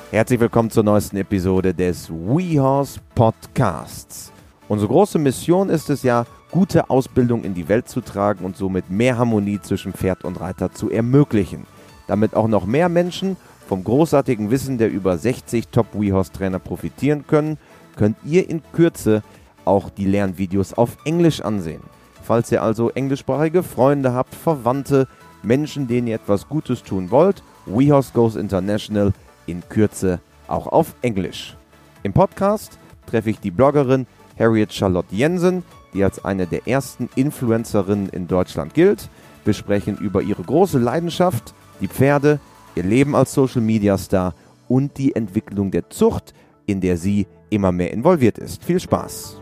Herzlich willkommen zur neuesten Episode des WeHorse Podcasts. Unsere große Mission ist es ja, gute Ausbildung in die Welt zu tragen und somit mehr Harmonie zwischen Pferd und Reiter zu ermöglichen. Damit auch noch mehr Menschen vom großartigen Wissen der über 60 Top-WeHorse-Trainer profitieren können, könnt ihr in Kürze auch die Lernvideos auf Englisch ansehen. Falls ihr also englischsprachige Freunde habt, Verwandte, Menschen, denen ihr etwas Gutes tun wollt, WeHorse Goes International in Kürze auch auf Englisch. Im Podcast treffe ich die Bloggerin Harriet Charlotte Jensen, die als eine der ersten Influencerinnen in Deutschland gilt. Wir sprechen über ihre große Leidenschaft, die Pferde, ihr Leben als Social-Media-Star und die Entwicklung der Zucht, in der sie immer mehr involviert ist. Viel Spaß!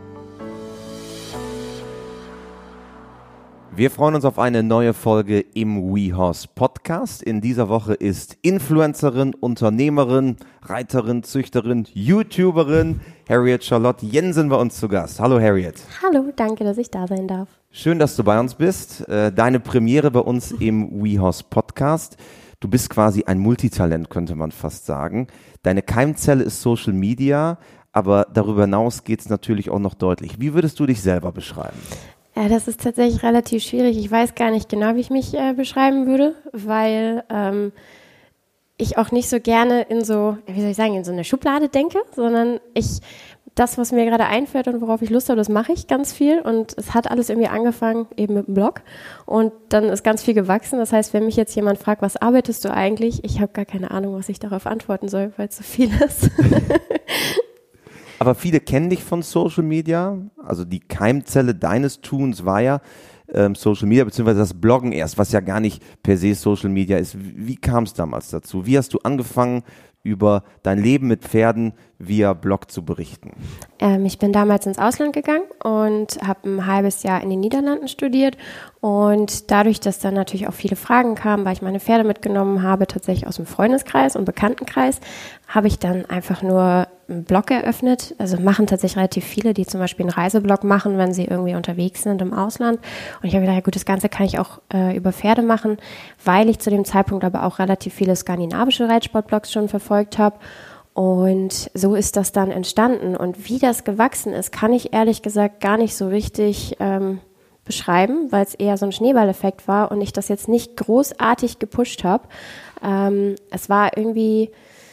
Wir freuen uns auf eine neue Folge im WeHorse Podcast. In dieser Woche ist Influencerin, Unternehmerin, Reiterin, Züchterin, YouTuberin Harriet Charlotte Jensen bei uns zu Gast. Hallo Harriet. Hallo, danke, dass ich da sein darf. Schön, dass du bei uns bist. Deine Premiere bei uns im WeHorse Podcast. Du bist quasi ein Multitalent, könnte man fast sagen. Deine Keimzelle ist Social Media, aber darüber hinaus geht es natürlich auch noch deutlich. Wie würdest du dich selber beschreiben? Ja, das ist tatsächlich relativ schwierig. Ich weiß gar nicht genau, wie ich mich beschreiben würde, weil ich auch nicht so gerne in so, wie soll ich sagen, in so eine Schublade denke, sondern das, was mir gerade einfällt und worauf ich Lust habe, das mache ich ganz viel. Und es hat alles irgendwie angefangen eben mit dem Blog und dann ist ganz viel gewachsen. Das heißt, wenn mich jetzt jemand fragt, was arbeitest du eigentlich? Ich habe gar keine Ahnung, was ich darauf antworten soll, weil es so viel ist. Aber viele kennen dich von Social Media, also die Keimzelle deines Tuns war ja Social Media, beziehungsweise das Bloggen erst, was ja gar nicht per se Social Media ist. Wie kam es damals dazu? Wie hast du angefangen, über dein Leben mit Pferden via Blog zu berichten? Ich bin damals ins Ausland gegangen und habe ein halbes Jahr in den Niederlanden studiert und dadurch, dass dann natürlich auch viele Fragen kamen, weil ich meine Pferde mitgenommen habe, tatsächlich aus dem Freundeskreis und Bekanntenkreis, habe ich dann einfach nur einen Blog eröffnet. Also machen tatsächlich relativ viele, die zum Beispiel einen Reiseblog machen, wenn sie irgendwie unterwegs sind im Ausland. Und ich habe gedacht, ja gut, das Ganze kann ich auch über Pferde machen, weil ich zu dem Zeitpunkt aber auch relativ viele skandinavische Reitsportblogs schon verfolgt habe. Und so ist das dann entstanden. Und wie das gewachsen ist, kann ich ehrlich gesagt gar nicht so richtig beschreiben, weil es eher so ein Schneeballeffekt war und ich das jetzt nicht großartig gepusht habe. Es war irgendwie,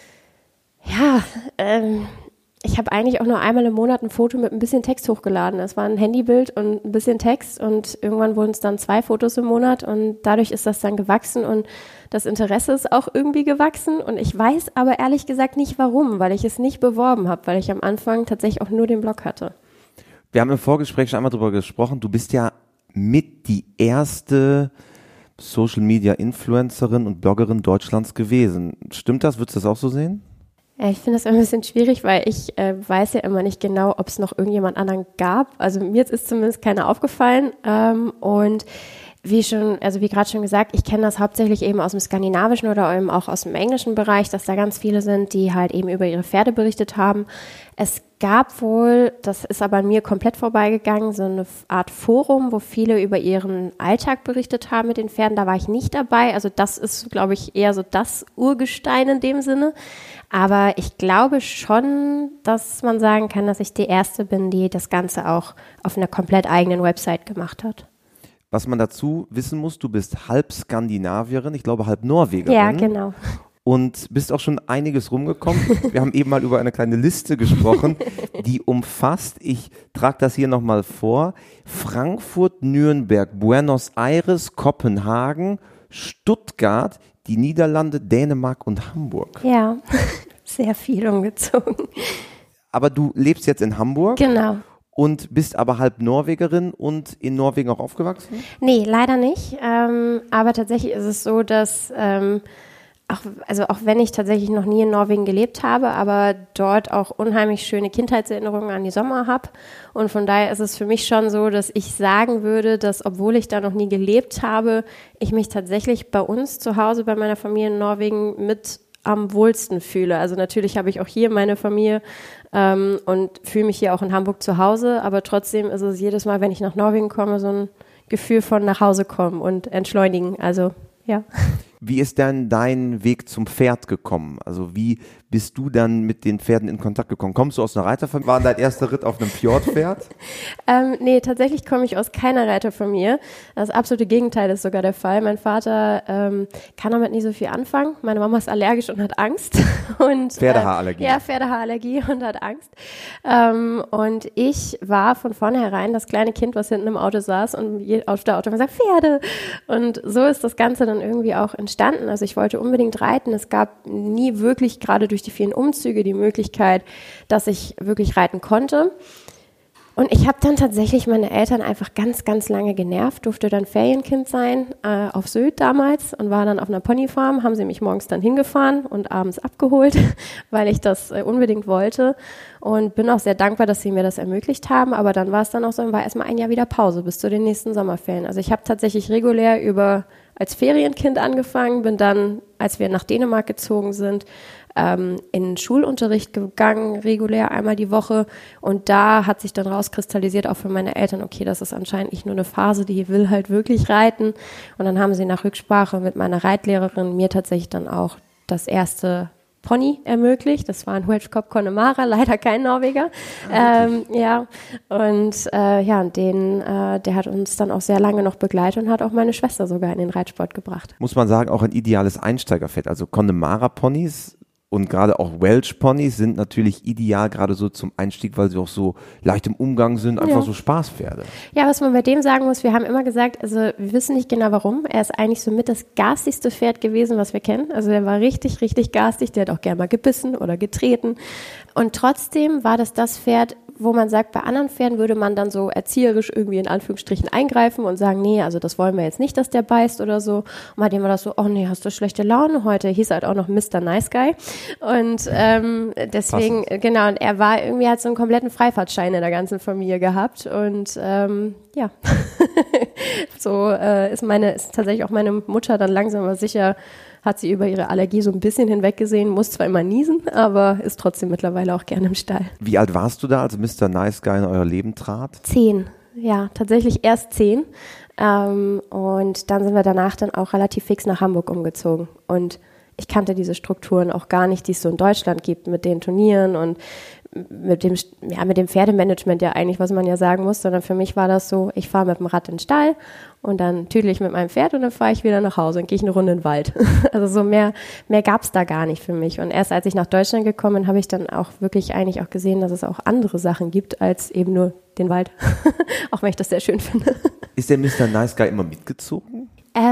ich habe eigentlich auch nur einmal im Monat ein Foto mit ein bisschen Text hochgeladen. Es war ein Handybild und ein bisschen Text und irgendwann wurden es dann 2 Fotos im Monat und dadurch ist das dann gewachsen und das Interesse ist auch irgendwie gewachsen und ich weiß aber ehrlich gesagt nicht warum, weil ich es nicht beworben habe, weil ich am Anfang tatsächlich auch nur den Blog hatte. Wir haben im Vorgespräch schon einmal darüber gesprochen, du bist ja mit die erste Social-Media-Influencerin und Bloggerin Deutschlands gewesen. Stimmt das? Würdest du das auch so sehen? Ich finde das ein bisschen schwierig, weil ich weiß ja immer nicht genau, ob es noch irgendjemand anderen gab. Also mir ist zumindest keiner aufgefallen und wie gerade schon gesagt, ich kenne das hauptsächlich eben aus dem skandinavischen oder eben auch aus dem englischen Bereich, dass da ganz viele sind, die halt eben über ihre Pferde berichtet haben. Es gab wohl, das ist aber an mir komplett vorbeigegangen, so eine Art Forum, wo viele über ihren Alltag berichtet haben mit den Pferden. Da war ich nicht dabei. Also das ist, glaube ich, eher so das Urgestein in dem Sinne. Aber ich glaube schon, dass man sagen kann, dass ich die Erste bin, die das Ganze auch auf einer komplett eigenen Website gemacht hat. Was man dazu wissen muss, du bist halb Skandinavierin, ich glaube halb Norwegerin. Ja, genau. Und bist auch schon einiges rumgekommen. Wir haben eben mal über eine kleine Liste gesprochen, die umfasst, ich trage das hier nochmal vor, Frankfurt, Nürnberg, Buenos Aires, Kopenhagen, Stuttgart, die Niederlande, Dänemark und Hamburg. Ja, sehr viel umgezogen. Aber du lebst jetzt in Hamburg? Genau. Und bist aber halb Norwegerin und in Norwegen auch aufgewachsen? Nee, leider nicht. Aber tatsächlich ist es so, dass auch wenn ich tatsächlich noch nie in Norwegen gelebt habe, aber dort auch unheimlich schöne Kindheitserinnerungen an die Sommer habe. Und von daher ist es für mich schon so, dass ich sagen würde, dass obwohl ich da noch nie gelebt habe, ich mich tatsächlich bei uns zu Hause, bei meiner Familie in Norwegen mit am wohlsten fühle. Also natürlich habe ich auch hier meine Familie und fühle mich hier auch in Hamburg zu Hause, aber trotzdem ist es jedes Mal, wenn ich nach Norwegen komme, so ein Gefühl von nach Hause kommen und entschleunigen. Also ja. Wie ist dann dein Weg zum Pferd gekommen? Also wie bist du dann mit den Pferden in Kontakt gekommen? Kommst du aus einer Reiterfamilie? War dein erster Ritt auf einem Fjordpferd? Nee, tatsächlich komme ich aus keiner Reiterfamilie. Das absolute Gegenteil ist sogar der Fall. Mein Vater kann damit nicht so viel anfangen. Meine Mama ist allergisch und hat Angst. Und, Pferdehaarallergie. Ja, Pferdehaarallergie und hat Angst. Und ich war von vornherein das kleine Kind, was hinten im Auto saß und auf der Autobahn sagt, Pferde. Und so ist das Ganze dann irgendwie auch entstanden. Also ich wollte unbedingt reiten. Es gab nie wirklich, gerade durch die vielen Umzüge, die Möglichkeit, dass ich wirklich reiten konnte. Und ich habe dann tatsächlich meine Eltern einfach ganz, ganz lange genervt, durfte dann Ferienkind sein, auf Sylt damals und war dann auf einer Ponyfarm, haben sie mich morgens dann hingefahren und abends abgeholt, weil ich das unbedingt wollte und bin auch sehr dankbar, dass sie mir das ermöglicht haben, aber dann war es dann auch so, war erstmal ein Jahr wieder Pause bis zu den nächsten Sommerferien. Also ich habe tatsächlich regulär als Ferienkind angefangen, bin dann, als wir nach Dänemark gezogen sind, in Schulunterricht gegangen, regulär einmal die Woche und da hat sich dann rauskristallisiert, auch für meine Eltern, okay, das ist anscheinend nicht nur eine Phase, die will halt wirklich reiten und dann haben sie nach Rücksprache mit meiner Reitlehrerin mir tatsächlich dann auch das erste Pony ermöglicht. Das war ein Welschkop Connemara, leider kein Norweger. Ja, und der hat uns dann auch sehr lange noch begleitet und hat auch meine Schwester sogar in den Reitsport gebracht. Muss man sagen, auch ein ideales Einsteigerpferd. Also Connemara-Ponys und gerade auch Welsh-Ponys sind natürlich ideal, gerade so zum Einstieg, weil sie auch so leicht im Umgang sind, einfach so Spaßpferde. Ja, was man bei dem sagen muss, wir haben immer gesagt, also wir wissen nicht genau warum, er ist eigentlich so mit das garstigste Pferd gewesen, was wir kennen. Also er war richtig, richtig garstig, der hat auch gerne mal gebissen oder getreten und trotzdem war das Pferd, wo man sagt, bei anderen Pferden würde man dann so erzieherisch irgendwie in Anführungsstrichen eingreifen und sagen, nee, also das wollen wir jetzt nicht, dass der beißt oder so. Und bei dem war das so, oh nee, hast du schlechte Laune heute? Hieß halt auch noch Mr. Nice Guy. Und deswegen, Passend. genau, und er war irgendwie, hat so einen kompletten Freifahrtschein in der ganzen Familie gehabt. Und ja, so ist tatsächlich auch meine Mutter dann langsam aber sicher, hat sie über ihre Allergie so ein bisschen hinweggesehen, muss zwar immer niesen, aber ist trotzdem mittlerweile auch gerne im Stall. Wie alt warst du da, als Mr. Nice Guy in euer Leben trat? 10, ja, tatsächlich erst 10. Und dann sind wir danach dann auch relativ fix nach Hamburg umgezogen. Und ich kannte diese Strukturen auch gar nicht, die es so in Deutschland gibt mit den Turnieren und mit dem Pferdemanagement ja eigentlich, was man ja sagen muss, sondern für mich war das so, ich fahre mit dem Rad in den Stall und dann tüdel ich mit meinem Pferd und dann fahre ich wieder nach Hause und gehe ich eine Runde in den Wald. Also so mehr gab es da gar nicht für mich. Und erst als ich nach Deutschland gekommen bin, habe ich dann auch wirklich eigentlich auch gesehen, dass es auch andere Sachen gibt als eben nur den Wald. Auch wenn ich das sehr schön finde. Ist der Mr. Nice Guy immer mitgezogen?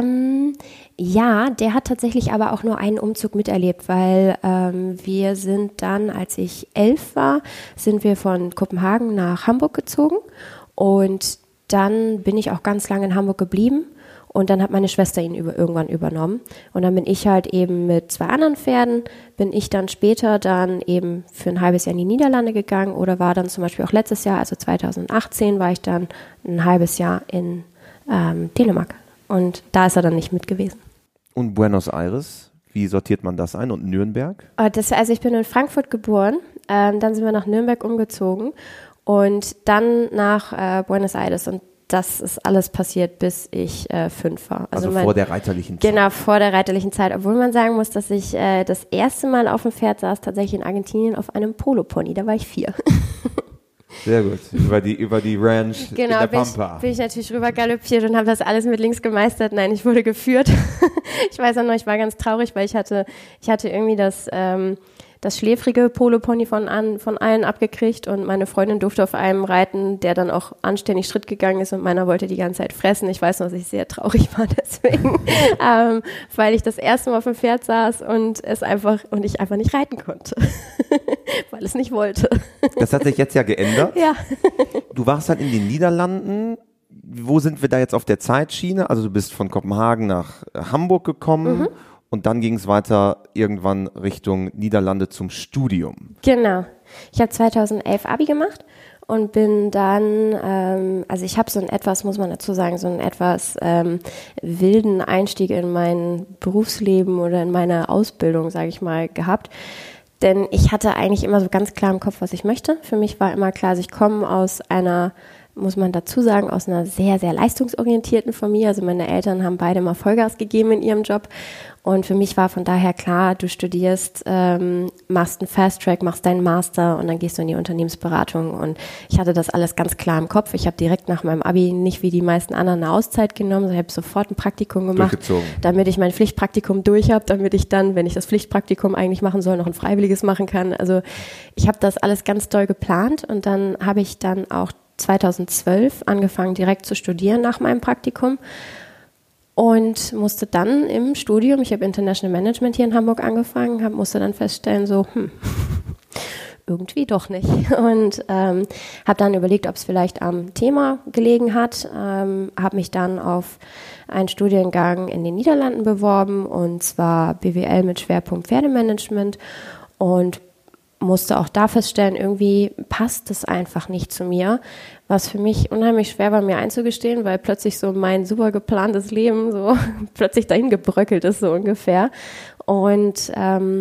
Ja, der hat tatsächlich aber auch nur einen Umzug miterlebt, weil wir sind dann, als ich 11 war, sind wir von Kopenhagen nach Hamburg gezogen und dann bin ich auch ganz lange in Hamburg geblieben und dann hat meine Schwester ihn irgendwann übernommen und dann bin ich halt eben mit 2 anderen Pferden, bin ich dann später dann eben für ein halbes Jahr in die Niederlande gegangen oder war dann zum Beispiel auch letztes Jahr, also 2018, war ich dann ein halbes Jahr in Dänemark. Und da ist er dann nicht mit gewesen. Und Buenos Aires, wie sortiert man das ein? Und Nürnberg? Also ich bin in Frankfurt geboren, dann sind wir nach Nürnberg umgezogen und dann nach Buenos Aires. Und das ist alles passiert, bis ich 5 war. Also vor der reiterlichen Zeit. Genau, vor der reiterlichen Zeit. Obwohl man sagen muss, dass ich das erste Mal auf dem Pferd saß, tatsächlich in Argentinien auf einem Polo-Pony. Da war ich 4. Sehr gut, über die Ranch in der Pampa. Bin ich natürlich rüber galoppiert und habe das alles mit links gemeistert. Nein, ich wurde geführt. Ich weiß auch noch, ich war ganz traurig, weil ich hatte irgendwie das schläfrige Polo-Pony von allen abgekriegt und meine Freundin durfte auf einem reiten, der dann auch anständig Schritt gegangen ist und meiner wollte die ganze Zeit fressen. Ich weiß noch, dass ich sehr traurig war deswegen, weil ich das erste Mal auf dem Pferd saß und ich einfach nicht reiten konnte, weil es nicht wollte. Das hat sich jetzt ja geändert. Ja. Du warst halt in den Niederlanden. Wo sind wir da jetzt auf der Zeitschiene? Also du bist von Kopenhagen nach Hamburg gekommen. Und dann ging es weiter irgendwann Richtung Niederlande zum Studium. Genau. Ich habe 2011 Abi gemacht und bin dann, also ich habe so einen etwas, muss man dazu sagen, so einen etwas wilden Einstieg in mein Berufsleben oder in meine Ausbildung, sage ich mal, gehabt. Denn ich hatte eigentlich immer so ganz klar im Kopf, was ich möchte. Für mich war immer klar, also ich komme aus einer muss man dazu sagen, aus einer sehr, sehr leistungsorientierten Familie. Also meine Eltern haben beide mal Vollgas gegeben in ihrem Job. Und für mich war von daher klar, du studierst, machst einen Fast-Track, machst deinen Master und dann gehst du in die Unternehmensberatung. Und ich hatte das alles ganz klar im Kopf. Ich habe direkt nach meinem Abi nicht wie die meisten anderen eine Auszeit genommen, sondern ich habe sofort ein Praktikum gemacht, damit ich mein Pflichtpraktikum durch habe, damit ich dann, wenn ich das Pflichtpraktikum eigentlich machen soll, noch ein freiwilliges machen kann. Also ich habe das alles ganz doll geplant und dann habe ich dann auch 2012 angefangen, direkt zu studieren nach meinem Praktikum. Und musste dann im Studium, ich habe International Management hier in Hamburg angefangen, musste dann feststellen, so, irgendwie doch nicht. Und habe dann überlegt, ob es vielleicht am Thema gelegen hat, habe mich dann auf einen Studiengang in den Niederlanden beworben, und zwar BWL mit Schwerpunkt Pferdemanagement, und musste auch da feststellen, irgendwie passt es einfach nicht zu mir, was für mich unheimlich schwer war, mir einzugestehen, weil plötzlich so mein super geplantes Leben so plötzlich dahin gebröckelt ist, so ungefähr. Und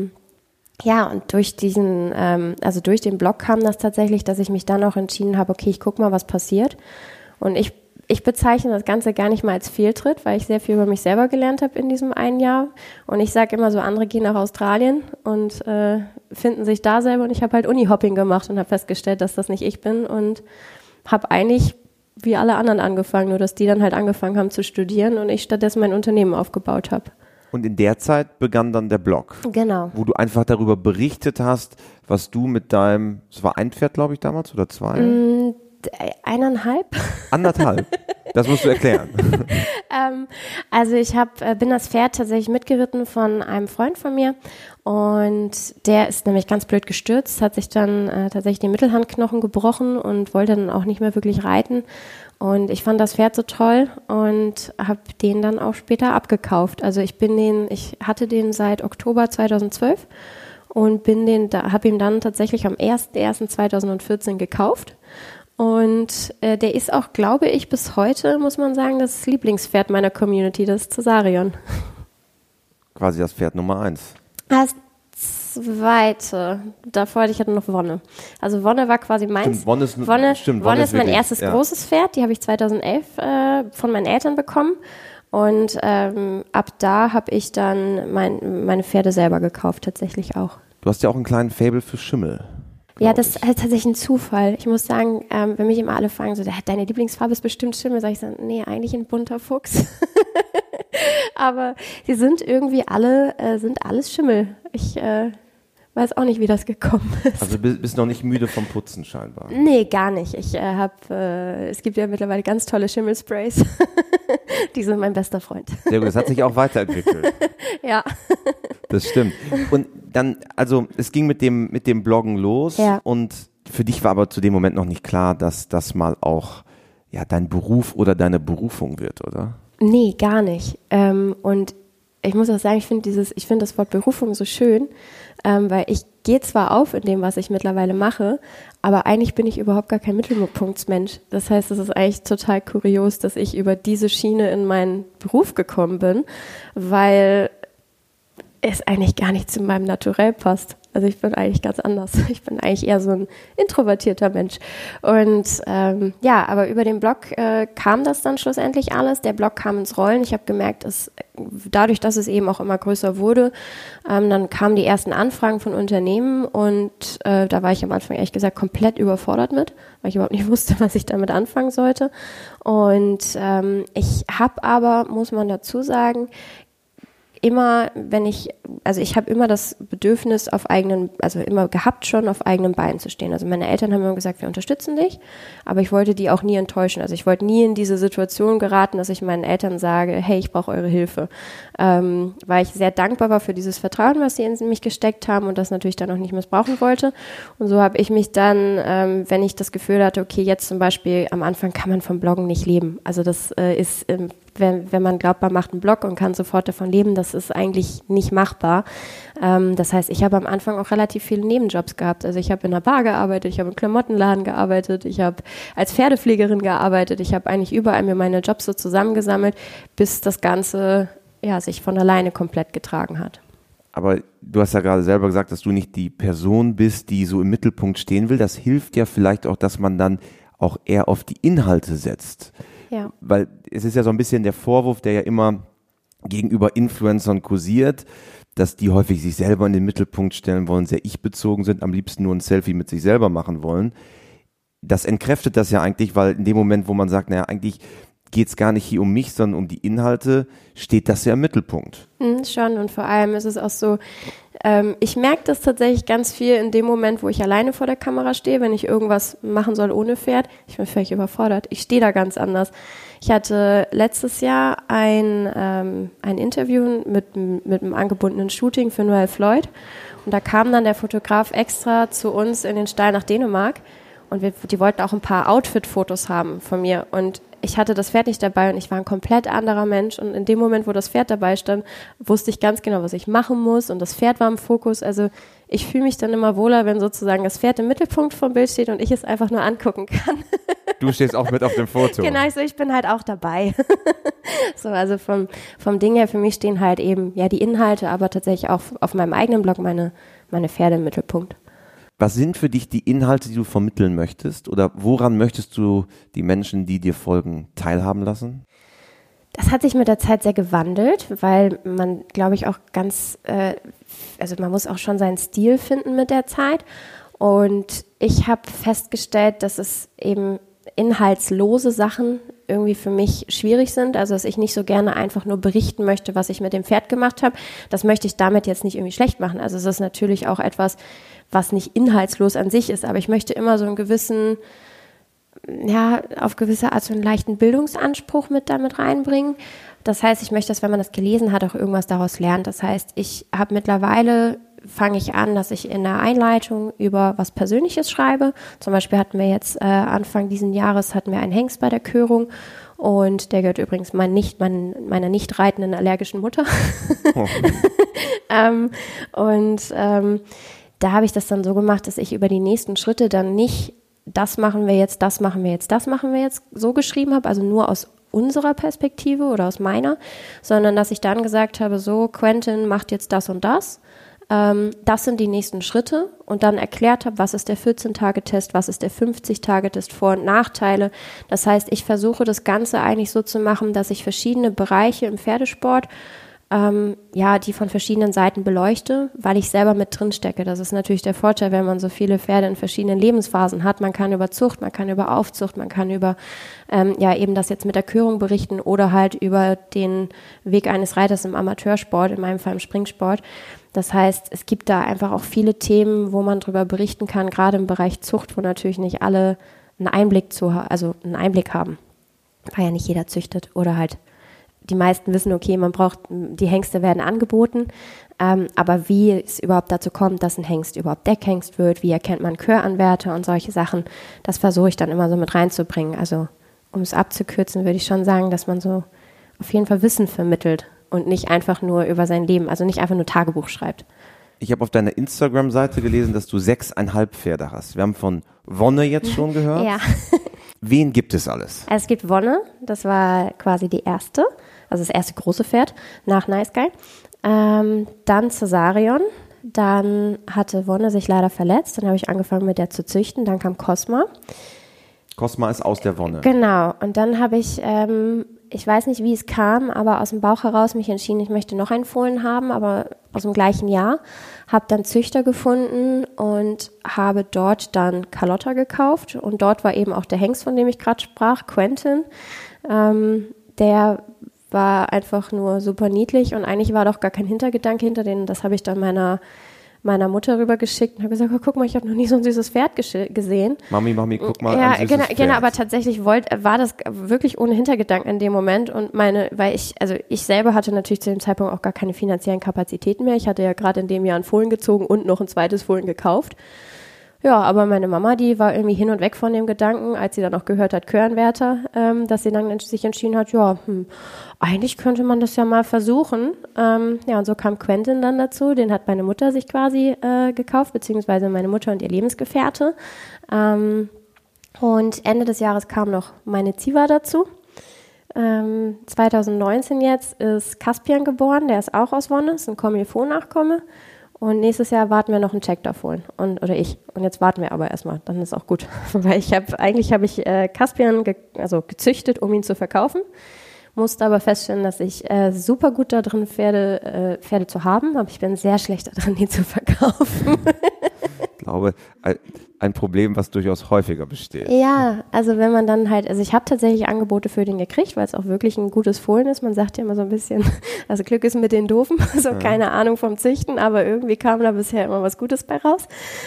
und durch diesen, durch den Blog kam das tatsächlich, dass ich mich dann auch entschieden habe, okay, ich guck mal, was passiert. Und ich bezeichne das Ganze gar nicht mal als Fehltritt, weil ich sehr viel über mich selber gelernt habe in diesem einen Jahr. Und ich sage immer so, andere gehen nach Australien und finden sich da selber. Und ich habe halt Uni-Hopping gemacht und habe festgestellt, dass das nicht ich bin. Und habe eigentlich wie alle anderen angefangen, nur dass die dann halt angefangen haben zu studieren und ich stattdessen mein Unternehmen aufgebaut habe. Und in der Zeit begann dann der Blog. Genau. Wo du einfach darüber berichtet hast, was du mit deinem, es war ein Pferd, glaube ich, damals, oder zwei? 1,5. 1,5? Das musst du erklären. Also ich bin das Pferd tatsächlich mitgeritten von einem Freund von mir, und der ist nämlich ganz blöd gestürzt, hat sich dann tatsächlich den Mittelhandknochen gebrochen und wollte dann auch nicht mehr wirklich reiten. Und ich fand das Pferd so toll und habe den dann auch später abgekauft. Also ich hatte den seit Oktober 2012 und habe ihn dann tatsächlich am 01.01.2014 gekauft. Und der ist auch, glaube ich, bis heute, muss man sagen, das Lieblingspferd meiner Community, das Cesarion. Quasi das Pferd Nummer 1. Das zweite. Davor hatte ich noch Wonne. Also Wonne war quasi meins. Wonne ist mein erstes großes Pferd. Die habe ich 2011 von meinen Eltern bekommen. Und ab da habe ich dann meine Pferde selber gekauft, tatsächlich auch. Du hast ja auch einen kleinen Faible für Schimmel. Ja, das ist halt tatsächlich ein Zufall. Ich muss sagen, wenn mich immer alle fragen, so, deine Lieblingsfarbe ist bestimmt Schimmel, sage ich so, nee, eigentlich ein bunter Fuchs. Aber sie sind irgendwie sind alles Schimmel. Ich weiß auch nicht, wie das gekommen ist. Also du bist noch nicht müde vom Putzen scheinbar. Nee, gar nicht. Es gibt ja mittlerweile ganz tolle Schimmelsprays. Die sind mein bester Freund. Sehr gut, das hat sich auch weiterentwickelt. Ja. Das stimmt. Und dann, also es ging mit dem Bloggen los, ja. Und für dich war aber zu dem Moment noch nicht klar, dass das mal auch dein Beruf oder deine Berufung wird, oder? Nee, gar nicht. Und ich muss auch sagen, ich finde das Wort Berufung so schön, weil ich gehe zwar auf in dem, was ich mittlerweile mache, aber eigentlich bin ich überhaupt gar kein Mittelpunktsmensch. Das heißt, es ist eigentlich total kurios, dass ich über diese Schiene in meinen Beruf gekommen bin, weil es eigentlich gar nicht zu meinem Naturell passt. Also ich bin eigentlich ganz anders. Ich bin eigentlich eher so ein introvertierter Mensch. Und aber über den Blog kam das dann schlussendlich alles. Der Blog kam ins Rollen. Ich habe gemerkt, dadurch, dass es eben auch immer größer wurde, dann kamen die ersten Anfragen von Unternehmen und da war ich am Anfang ehrlich gesagt komplett überfordert mit, weil ich überhaupt nicht wusste, was ich damit anfangen sollte. Und ich habe aber, muss man dazu sagen, ich habe immer das Bedürfnis auf eigenen Beinen zu stehen. Also meine Eltern haben immer gesagt, wir unterstützen dich, aber ich wollte die auch nie enttäuschen. Also ich wollte nie in diese Situation geraten, dass ich meinen Eltern sage, hey, ich brauche eure Hilfe. Weil ich sehr dankbar war für dieses Vertrauen, was sie in mich gesteckt haben und das natürlich dann auch nicht missbrauchen wollte. Und so habe ich mich dann, wenn ich das Gefühl hatte, okay, jetzt zum Beispiel am Anfang kann man vom Bloggen nicht leben. Also das ist wenn man glaubt, man macht einen Blog und kann sofort davon leben, das ist eigentlich nicht machbar. Das heißt, ich habe am Anfang auch relativ viele Nebenjobs gehabt. Also ich habe in einer Bar gearbeitet, ich habe im Klamottenladen gearbeitet, ich habe als Pferdepflegerin gearbeitet, ich habe eigentlich überall mir meine Jobs so zusammengesammelt, bis das Ganze sich von alleine komplett getragen hat. Aber du hast ja gerade selber gesagt, dass du nicht die Person bist, die so im Mittelpunkt stehen will. Das hilft ja vielleicht auch, dass man dann auch eher auf die Inhalte setzt. Ja. Weil es ist ja so ein bisschen der Vorwurf, der ja immer gegenüber Influencern kursiert, dass die häufig sich selber in den Mittelpunkt stellen wollen, sehr ich-bezogen sind, am liebsten nur ein Selfie mit sich selber machen wollen. Das entkräftet das ja eigentlich, weil in dem Moment, wo man sagt, naja, eigentlich geht es gar nicht hier um mich, sondern um die Inhalte, steht das ja im Mittelpunkt. Schon, und vor allem ist es auch so, ich merke das tatsächlich ganz viel in dem Moment, wo ich alleine vor der Kamera stehe, wenn ich irgendwas machen soll ohne Pferd. Ich bin völlig überfordert. Ich stehe da ganz anders. Ich hatte letztes Jahr ein Interview mit einem angebundenen Shooting für Noel Floyd, und da kam dann der Fotograf extra zu uns in den Stall nach Dänemark, und die wollten auch ein paar Outfit-Fotos haben von mir, und ich hatte das Pferd nicht dabei und ich war ein komplett anderer Mensch, und in dem Moment, wo das Pferd dabei stand, wusste ich ganz genau, was ich machen muss, und das Pferd war im Fokus. Also ich fühle mich dann immer wohler, wenn sozusagen das Pferd im Mittelpunkt vom Bild steht und ich es einfach nur angucken kann. Du stehst auch mit auf dem Foto. Genau, ich bin halt auch dabei. So, also vom Ding her, für mich stehen halt eben ja die Inhalte, aber tatsächlich auch auf meinem eigenen Blog meine Pferde im Mittelpunkt. Was sind für dich die Inhalte, die du vermitteln möchtest? Oder woran möchtest du die Menschen, die dir folgen, teilhaben lassen? Das hat sich mit der Zeit sehr gewandelt, weil man, glaube ich, auch also man muss auch schon seinen Stil finden mit der Zeit. Und ich habe festgestellt, dass es eben inhaltslose Sachen irgendwie für mich schwierig sind, also dass ich nicht so gerne einfach nur berichten möchte, was ich mit dem Pferd gemacht habe. Das möchte ich damit jetzt nicht irgendwie schlecht machen. Also es ist natürlich auch etwas, was nicht inhaltslos an sich ist, aber ich möchte immer so einen gewissen, ja, auf gewisse Art so einen leichten Bildungsanspruch mit damit reinbringen. Das heißt, ich möchte, dass, wenn man das gelesen hat, auch irgendwas daraus lernt. Das heißt, fange ich an, dass ich in der Einleitung über was Persönliches schreibe. Zum Beispiel hatten wir jetzt Anfang diesen Jahres einen Hengst bei der Körung, und der gehört übrigens meiner nicht reitenden allergischen Mutter. Oh. Da habe ich das dann so gemacht, dass ich über die nächsten Schritte dann nicht das machen wir jetzt so geschrieben habe, also nur aus unserer Perspektive oder aus meiner, sondern dass ich dann gesagt habe, so, Quentin macht jetzt das und das. Das sind die nächsten Schritte, und dann erklärt habe, was ist der 14-Tage-Test, was ist der 50-Tage-Test, Vor- und Nachteile. Das heißt, ich versuche das Ganze eigentlich so zu machen, dass ich verschiedene Bereiche im Pferdesport die von verschiedenen Seiten beleuchte, weil ich selber mit drin stecke. Das ist natürlich der Vorteil, wenn man so viele Pferde in verschiedenen Lebensphasen hat. Man kann über Zucht, man kann über Aufzucht, man kann über eben das jetzt mit der Körung berichten oder halt über den Weg eines Reiters im Amateursport, in meinem Fall im Springsport. Das heißt, es gibt da einfach auch viele Themen, wo man drüber berichten kann, gerade im Bereich Zucht, wo natürlich nicht alle einen Einblick haben, weil ja nicht jeder züchtet, oder halt die meisten wissen, okay, die Hengste werden angeboten, aber wie es überhaupt dazu kommt, dass ein Hengst überhaupt Deckhengst wird, wie erkennt man Chöranwärter und solche Sachen, das versuche ich dann immer so mit reinzubringen. Also um es abzukürzen, würde ich schon sagen, dass man so auf jeden Fall Wissen vermittelt und nicht einfach nur über sein Leben, also nicht einfach nur Tagebuch schreibt. Ich habe auf deiner Instagram-Seite gelesen, dass du 6,5 Pferde hast. Wir haben von Wonne jetzt schon gehört. Ja. Wen gibt es alles? Es gibt Wonne, das war quasi die erste, also das erste große Pferd nach Nice Guy. Dann Cesarion, dann hatte Wonne sich leider verletzt, dann habe ich angefangen mit der zu züchten, dann kam Cosma. Cosma ist aus der Wonne. Genau, und dann habe ich, ich weiß nicht, wie es kam, aber aus dem Bauch heraus mich entschieden, ich möchte noch einen Fohlen haben, aber aus dem gleichen Jahr. Habe dann Züchter gefunden und habe dort dann Carlotta gekauft, und dort war eben auch der Hengst, von dem ich gerade sprach, Quentin. Der war einfach nur super niedlich, und eigentlich war doch gar kein Hintergedanke hinter denen. Das habe ich dann meiner Mutter rübergeschickt und habe gesagt, oh, guck mal, ich habe noch nie so ein süßes Pferd gesehen. Mami, guck mal, ja, ein süßes Pferd. Genau, aber tatsächlich war das wirklich ohne Hintergedanken in dem Moment, und weil ich selber hatte natürlich zu dem Zeitpunkt auch gar keine finanziellen Kapazitäten mehr. Ich hatte ja gerade in dem Jahr ein Fohlen gezogen und noch ein zweites Fohlen gekauft. Ja, aber meine Mama, die war irgendwie hin und weg von dem Gedanken, als sie dann auch gehört hat, Chöranwärter, dass sie dann sich entschieden hat, eigentlich könnte man das ja mal versuchen. Und so kam Quentin dann dazu, den hat meine Mutter sich quasi gekauft, beziehungsweise meine Mutter und ihr Lebensgefährte. Und Ende des Jahres kam noch meine Ziva dazu. 2019 jetzt ist Caspian geboren, der ist auch aus Wonne, ist ein Comme-il-faut-Nachkomme. Und nächstes Jahr warten wir noch einen Check holen. Oder ich. Und jetzt warten wir aber erstmal. Dann ist auch gut. Weil ich habe Caspian gezüchtet, um ihn zu verkaufen. Musste aber feststellen, dass ich super gut da drin Pferde zu haben, aber ich bin sehr schlecht darin, die zu verkaufen. Ich glaube, ein Problem, was durchaus häufiger besteht. Ja, also wenn man dann halt, also ich habe tatsächlich Angebote für den gekriegt, weil es auch wirklich ein gutes Fohlen ist. Man sagt ja immer so ein bisschen, also Glück ist mit den Doofen, also keine Ahnung vom Züchten, aber irgendwie kam da bisher immer was Gutes bei raus.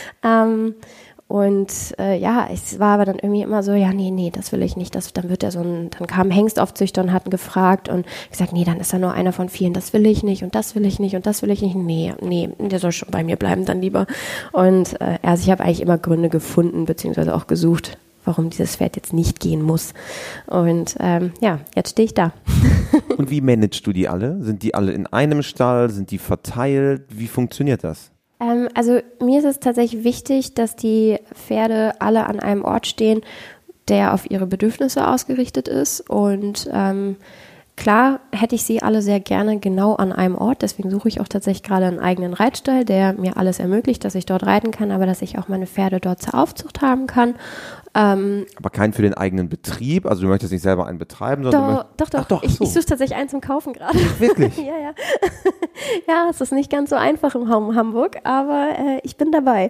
Es war aber dann irgendwie immer so, ja, nee, das will ich nicht. Dann kam ein Hengstaufzüchter und hatten gefragt und gesagt, nee, dann ist da nur einer von vielen, das will ich nicht und das will ich nicht und das will ich nicht. Nee, der soll schon bei mir bleiben dann lieber. Und ich habe eigentlich immer Gründe gefunden, beziehungsweise auch gesucht, warum dieses Pferd jetzt nicht gehen muss. Und jetzt stehe ich da. Und wie managst du die alle? Sind die alle in einem Stall? Sind die verteilt? Wie funktioniert das? Also mir ist es tatsächlich wichtig, dass die Pferde alle an einem Ort stehen, der auf ihre Bedürfnisse ausgerichtet ist. Und klar hätte ich sie alle sehr gerne genau an einem Ort. Deswegen suche ich auch tatsächlich gerade einen eigenen Reitstall, der mir alles ermöglicht, dass ich dort reiten kann, aber dass ich auch meine Pferde dort zur Aufzucht haben kann. Aber keinen für den eigenen Betrieb? Also du möchtest nicht selber einen betreiben? Sondern Doch. Ich suche tatsächlich einen zum Kaufen gerade. Wirklich? Ja. Ja, es ist nicht ganz so einfach im Raum Hamburg, aber ich bin dabei.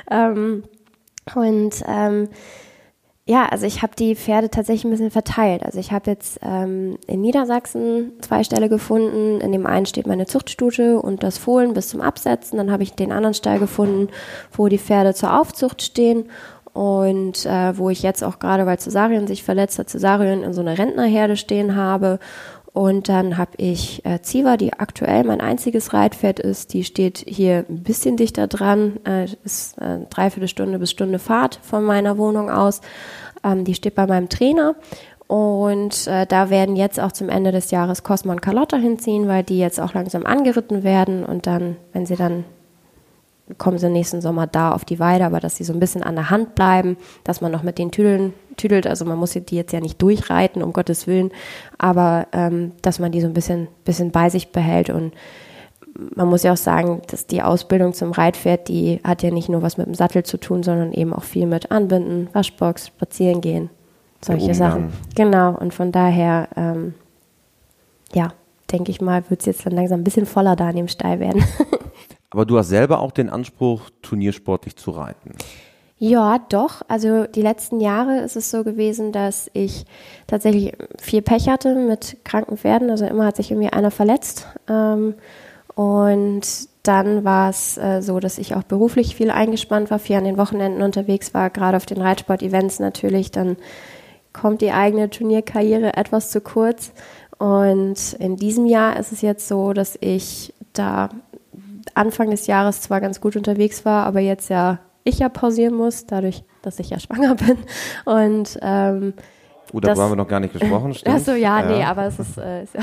Also ich habe die Pferde tatsächlich ein bisschen verteilt. Also ich habe jetzt in Niedersachsen 2 Ställe gefunden. In dem einen steht meine Zuchtstute und das Fohlen bis zum Absetzen. Dann habe ich den anderen Stall gefunden, wo die Pferde zur Aufzucht stehen. Und wo ich jetzt auch gerade, weil Cäsarion sich verletzt hat, Cäsarion in so einer Rentnerherde stehen habe. Und dann habe ich Ziva, die aktuell mein einziges Reitpferd ist. Die steht hier ein bisschen dichter dran, ist 3/4 Stunde bis Stunde Fahrt von meiner Wohnung aus. Die steht bei meinem Trainer. Und da werden jetzt auch zum Ende des Jahres Cosmo und Carlotta hinziehen, weil die jetzt auch langsam angeritten werden. Und dann, kommen sie nächsten Sommer da auf die Weide, aber dass sie so ein bisschen an der Hand bleiben, dass man noch mit den tüdelt, also man muss die jetzt ja nicht durchreiten, um Gottes Willen, aber dass man die so ein bisschen bei sich behält. Und man muss ja auch sagen, dass die Ausbildung zum Reitpferd, die hat ja nicht nur was mit dem Sattel zu tun, sondern eben auch viel mit Anbinden, Waschbox, spazieren gehen, solche Sachen. Genau, und von daher, denke ich mal, wird es jetzt dann langsam ein bisschen voller da in dem Stall werden. Aber du hast selber auch den Anspruch, turniersportlich zu reiten. Ja, doch. Also die letzten Jahre ist es so gewesen, dass ich tatsächlich viel Pech hatte mit kranken Pferden. Also immer hat sich irgendwie einer verletzt. Und dann war es so, dass ich auch beruflich viel eingespannt war, viel an den Wochenenden unterwegs war, gerade auf den Reitsport-Events natürlich. Dann kommt die eigene Turnierkarriere etwas zu kurz. Und in diesem Jahr ist es jetzt so, dass ich da Anfang des Jahres zwar ganz gut unterwegs war, aber jetzt ich pausieren muss, dadurch, dass ich ja schwanger bin. Und darüber haben wir noch gar nicht gesprochen, stimmt? Achso, aber es ist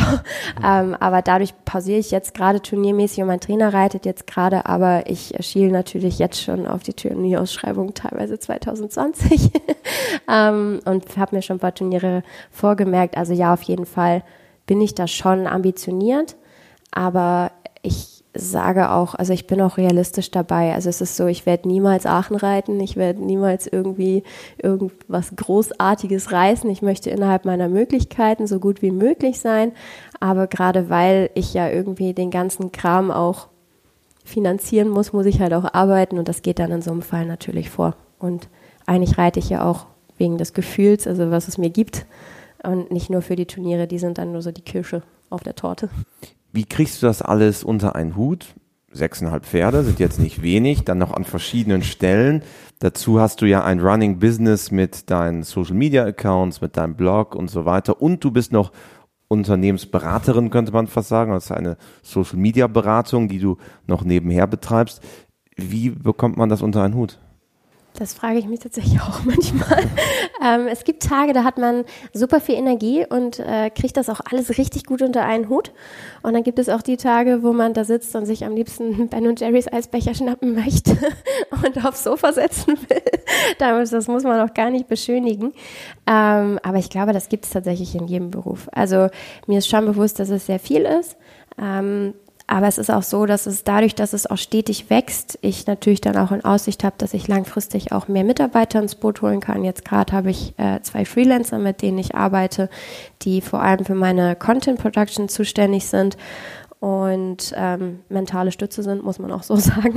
aber dadurch pausiere ich jetzt gerade turniermäßig und mein Trainer reitet jetzt gerade, aber ich schiele natürlich jetzt schon auf die Turnierausschreibung teilweise 2020 und habe mir schon ein paar Turniere vorgemerkt. Also ja, auf jeden Fall bin ich da schon ambitioniert, aber ich sage auch, also ich bin auch realistisch dabei. Also es ist so, ich werde niemals Aachen reiten, ich werde niemals irgendwie irgendwas Großartiges reißen. Ich möchte innerhalb meiner Möglichkeiten so gut wie möglich sein. Aber gerade weil ich ja irgendwie den ganzen Kram auch finanzieren muss ich halt auch arbeiten und das geht dann in so einem Fall natürlich vor. Und eigentlich reite ich ja auch wegen des Gefühls, also was es mir gibt und nicht nur für die Turniere, die sind dann nur so die Kirsche auf der Torte. Wie kriegst du das alles unter einen Hut? 6,5 Pferde sind jetzt nicht wenig, dann noch an verschiedenen Stellen. Dazu hast du ja ein Running Business mit deinen Social Media Accounts, mit deinem Blog und so weiter. Und du bist noch Unternehmensberaterin, könnte man fast sagen. Das ist eine Social Media Beratung, die du noch nebenher betreibst. Wie bekommt man das unter einen Hut? Das frage ich mich tatsächlich auch manchmal. Es gibt Tage, da hat man super viel Energie und kriegt das auch alles richtig gut unter einen Hut. Und dann gibt es auch die Tage, wo man da sitzt und sich am liebsten Ben & Jerry's Eisbecher schnappen möchte und aufs Sofa setzen will. Das muss man auch gar nicht beschönigen. Aber ich glaube, das gibt es tatsächlich in jedem Beruf. Also mir ist schon bewusst, dass es sehr viel ist. Aber es ist auch so, dass es dadurch, dass es auch stetig wächst, ich natürlich dann auch in Aussicht habe, dass ich langfristig auch mehr Mitarbeiter ins Boot holen kann. Jetzt gerade habe ich 2 Freelancer, mit denen ich arbeite, die vor allem für meine Content Production zuständig sind und mentale Stütze sind, muss man auch so sagen.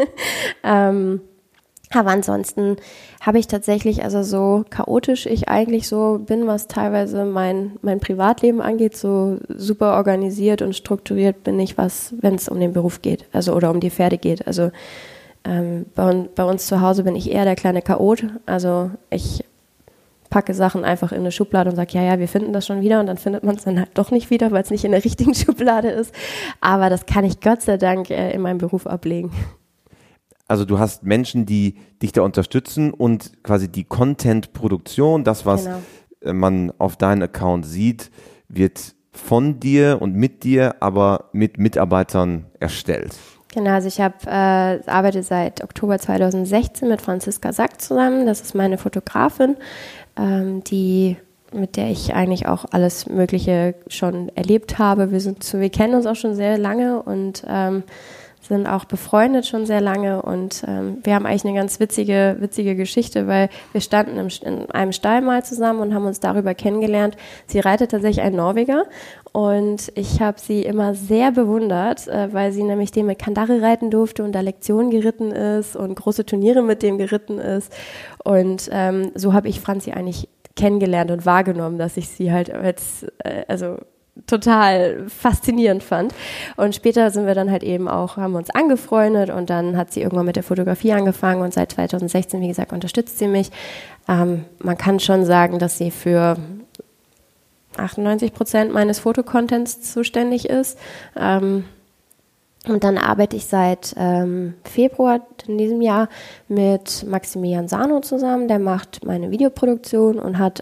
Aber ansonsten habe ich tatsächlich, also so chaotisch ich eigentlich so bin, was teilweise mein Privatleben angeht, so super organisiert und strukturiert bin ich, wenn es um den Beruf geht, also oder um die Pferde geht. Also bei uns zu Hause bin ich eher der kleine Chaot. Also ich packe Sachen einfach in eine Schublade und sage, ja, wir finden das schon wieder, und dann findet man es dann halt doch nicht wieder, weil es nicht in der richtigen Schublade ist. Aber das kann ich Gott sei Dank in meinem Beruf ablegen. Also du hast Menschen, die dich da unterstützen und quasi die Content-Produktion, das, was man auf deinem Account sieht, wird von dir und mit dir, aber mit Mitarbeitern erstellt. Genau, also ich arbeite seit Oktober 2016 mit Franziska Sack zusammen. Das ist meine Fotografin, mit der ich eigentlich auch alles Mögliche schon erlebt habe. Wir kennen uns auch schon sehr lange und sind auch befreundet schon sehr lange, und wir haben eigentlich eine ganz witzige Geschichte, weil wir standen in einem Stall mal zusammen und haben uns darüber kennengelernt. Sie reitet tatsächlich einen Norweger, und ich habe sie immer sehr bewundert, weil sie nämlich den mit Kandare reiten durfte und da Lektionen geritten ist und große Turniere mit dem geritten ist, und so habe ich Franzi eigentlich kennengelernt und wahrgenommen, dass ich sie halt total faszinierend fand. Und später sind wir dann halt eben auch, haben wir uns angefreundet, und dann hat sie irgendwann mit der Fotografie angefangen, und seit 2016, wie gesagt, unterstützt sie mich. Man kann schon sagen, dass sie für 98% meines Fotocontents zuständig ist. Und dann arbeite ich seit Februar in diesem Jahr mit Maximilian Sano zusammen. Der macht meine Videoproduktion und hat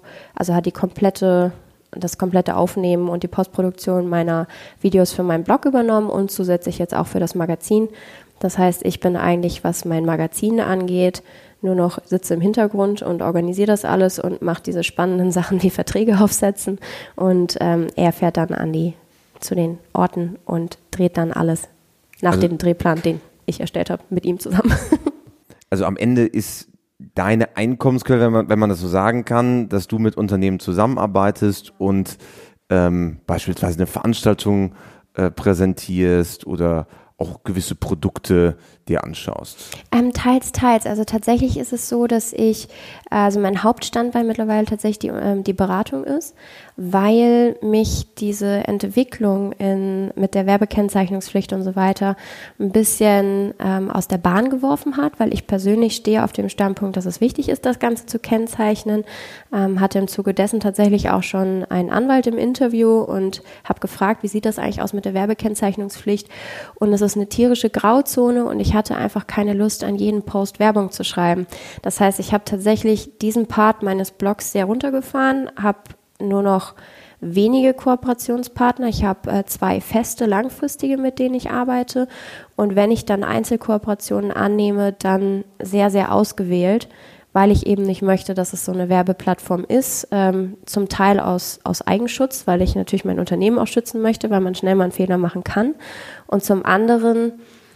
das komplette Aufnehmen und die Postproduktion meiner Videos für meinen Blog übernommen und zusätzlich jetzt auch für das Magazin. Das heißt, ich bin eigentlich, was mein Magazin angeht, nur noch sitze im Hintergrund und organisiere das alles und mache diese spannenden Sachen wie Verträge aufsetzen, und er fährt dann zu den Orten und dreht dann alles nach dem Drehplan, den ich erstellt habe, mit ihm zusammen. Also am Ende ist deine Einkommensquelle, wenn man das so sagen kann, dass du mit Unternehmen zusammenarbeitest und beispielsweise eine Veranstaltung präsentierst oder auch gewisse Produkte dir anschaust? Teils. Also tatsächlich ist es so, dass mein Hauptstandbein mittlerweile tatsächlich die Beratung ist, weil mich diese Entwicklung mit der Werbekennzeichnungspflicht und so weiter ein bisschen aus der Bahn geworfen hat, weil ich persönlich stehe auf dem Standpunkt, dass es wichtig ist, das Ganze zu kennzeichnen. Hatte im Zuge dessen tatsächlich auch schon einen Anwalt im Interview und habe gefragt, wie sieht das eigentlich aus mit der Werbekennzeichnungspflicht? Und es ist eine tierische Grauzone, und ich hatte einfach keine Lust, an jeden Post Werbung zu schreiben. Das heißt, ich habe tatsächlich diesen Part meines Blogs sehr runtergefahren, habe nur noch wenige Kooperationspartner. Ich habe 2 feste, langfristige, mit denen ich arbeite. Und wenn ich dann Einzelkooperationen annehme, dann sehr, sehr ausgewählt, weil ich eben nicht möchte, dass es so eine Werbeplattform ist. Zum Teil aus Eigenschutz, weil ich natürlich mein Unternehmen auch schützen möchte, weil man schnell mal einen Fehler machen kann. Und zum anderen,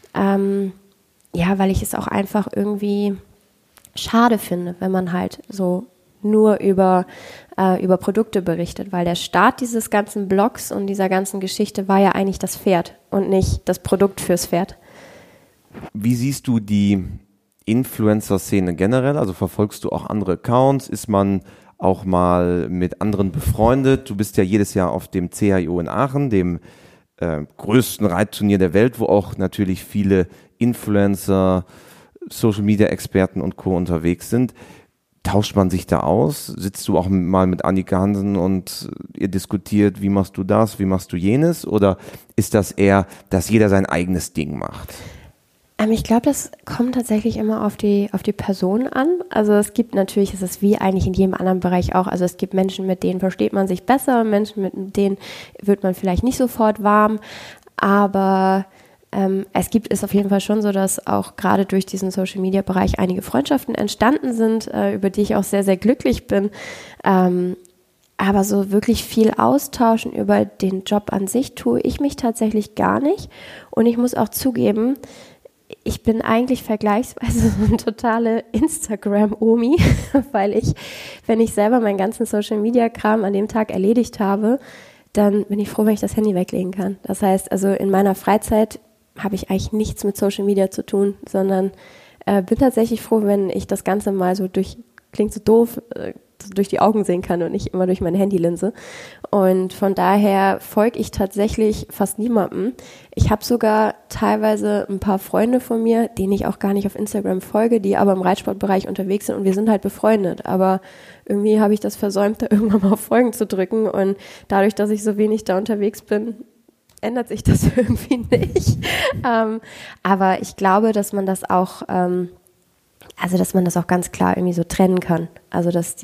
weil ich es auch einfach irgendwie schade finde, wenn man halt so nur über Produkte berichtet, weil der Start dieses ganzen Blogs und dieser ganzen Geschichte war ja eigentlich das Pferd und nicht das Produkt fürs Pferd. Wie siehst du die Influencer-Szene generell? Also verfolgst du auch andere Accounts? Ist man auch mal mit anderen befreundet? Du bist ja jedes Jahr auf dem CHIO in Aachen, dem größten Reitturnier der Welt, wo auch natürlich viele Influencer, Social-Media-Experten und Co. unterwegs sind. Tauscht man sich da aus? Sitzt du auch mal mit Annika Hansen und ihr diskutiert, wie machst du das, wie machst du jenes? Oder ist das eher, dass jeder sein eigenes Ding macht? Ich glaube, das kommt tatsächlich immer auf die Person an. Also es gibt natürlich, es ist wie eigentlich in jedem anderen Bereich auch, also es gibt Menschen, mit denen versteht man sich besser, Menschen, mit denen wird man vielleicht nicht sofort warm, aber ist auf jeden Fall schon so, dass auch gerade durch diesen Social-Media-Bereich einige Freundschaften entstanden sind, über die ich auch sehr, sehr glücklich bin. Aber so wirklich viel austauschen über den Job an sich tue ich mich tatsächlich gar nicht. Und ich muss auch zugeben, ich bin eigentlich vergleichsweise so eine totale Instagram-Omi, weil wenn ich selber meinen ganzen Social-Media-Kram an dem Tag erledigt habe, dann bin ich froh, wenn ich das Handy weglegen kann. Das heißt, also in meiner Freizeit habe ich eigentlich nichts mit Social-Media zu tun, sondern bin tatsächlich froh, wenn ich das Ganze mal so klingt so doof, durch die Augen sehen kann und nicht immer durch meine Handylinse. Und von daher folge ich tatsächlich fast niemandem. Ich habe sogar teilweise ein paar Freunde von mir, denen ich auch gar nicht auf Instagram folge, die aber im Reitsportbereich unterwegs sind und wir sind halt befreundet. Aber irgendwie habe ich das versäumt, da irgendwann mal auf Folgen zu drücken und dadurch, dass ich so wenig da unterwegs bin, ändert sich das irgendwie nicht. Aber ich glaube, dass man das auch dass man das auch ganz klar irgendwie so trennen kann. Also dass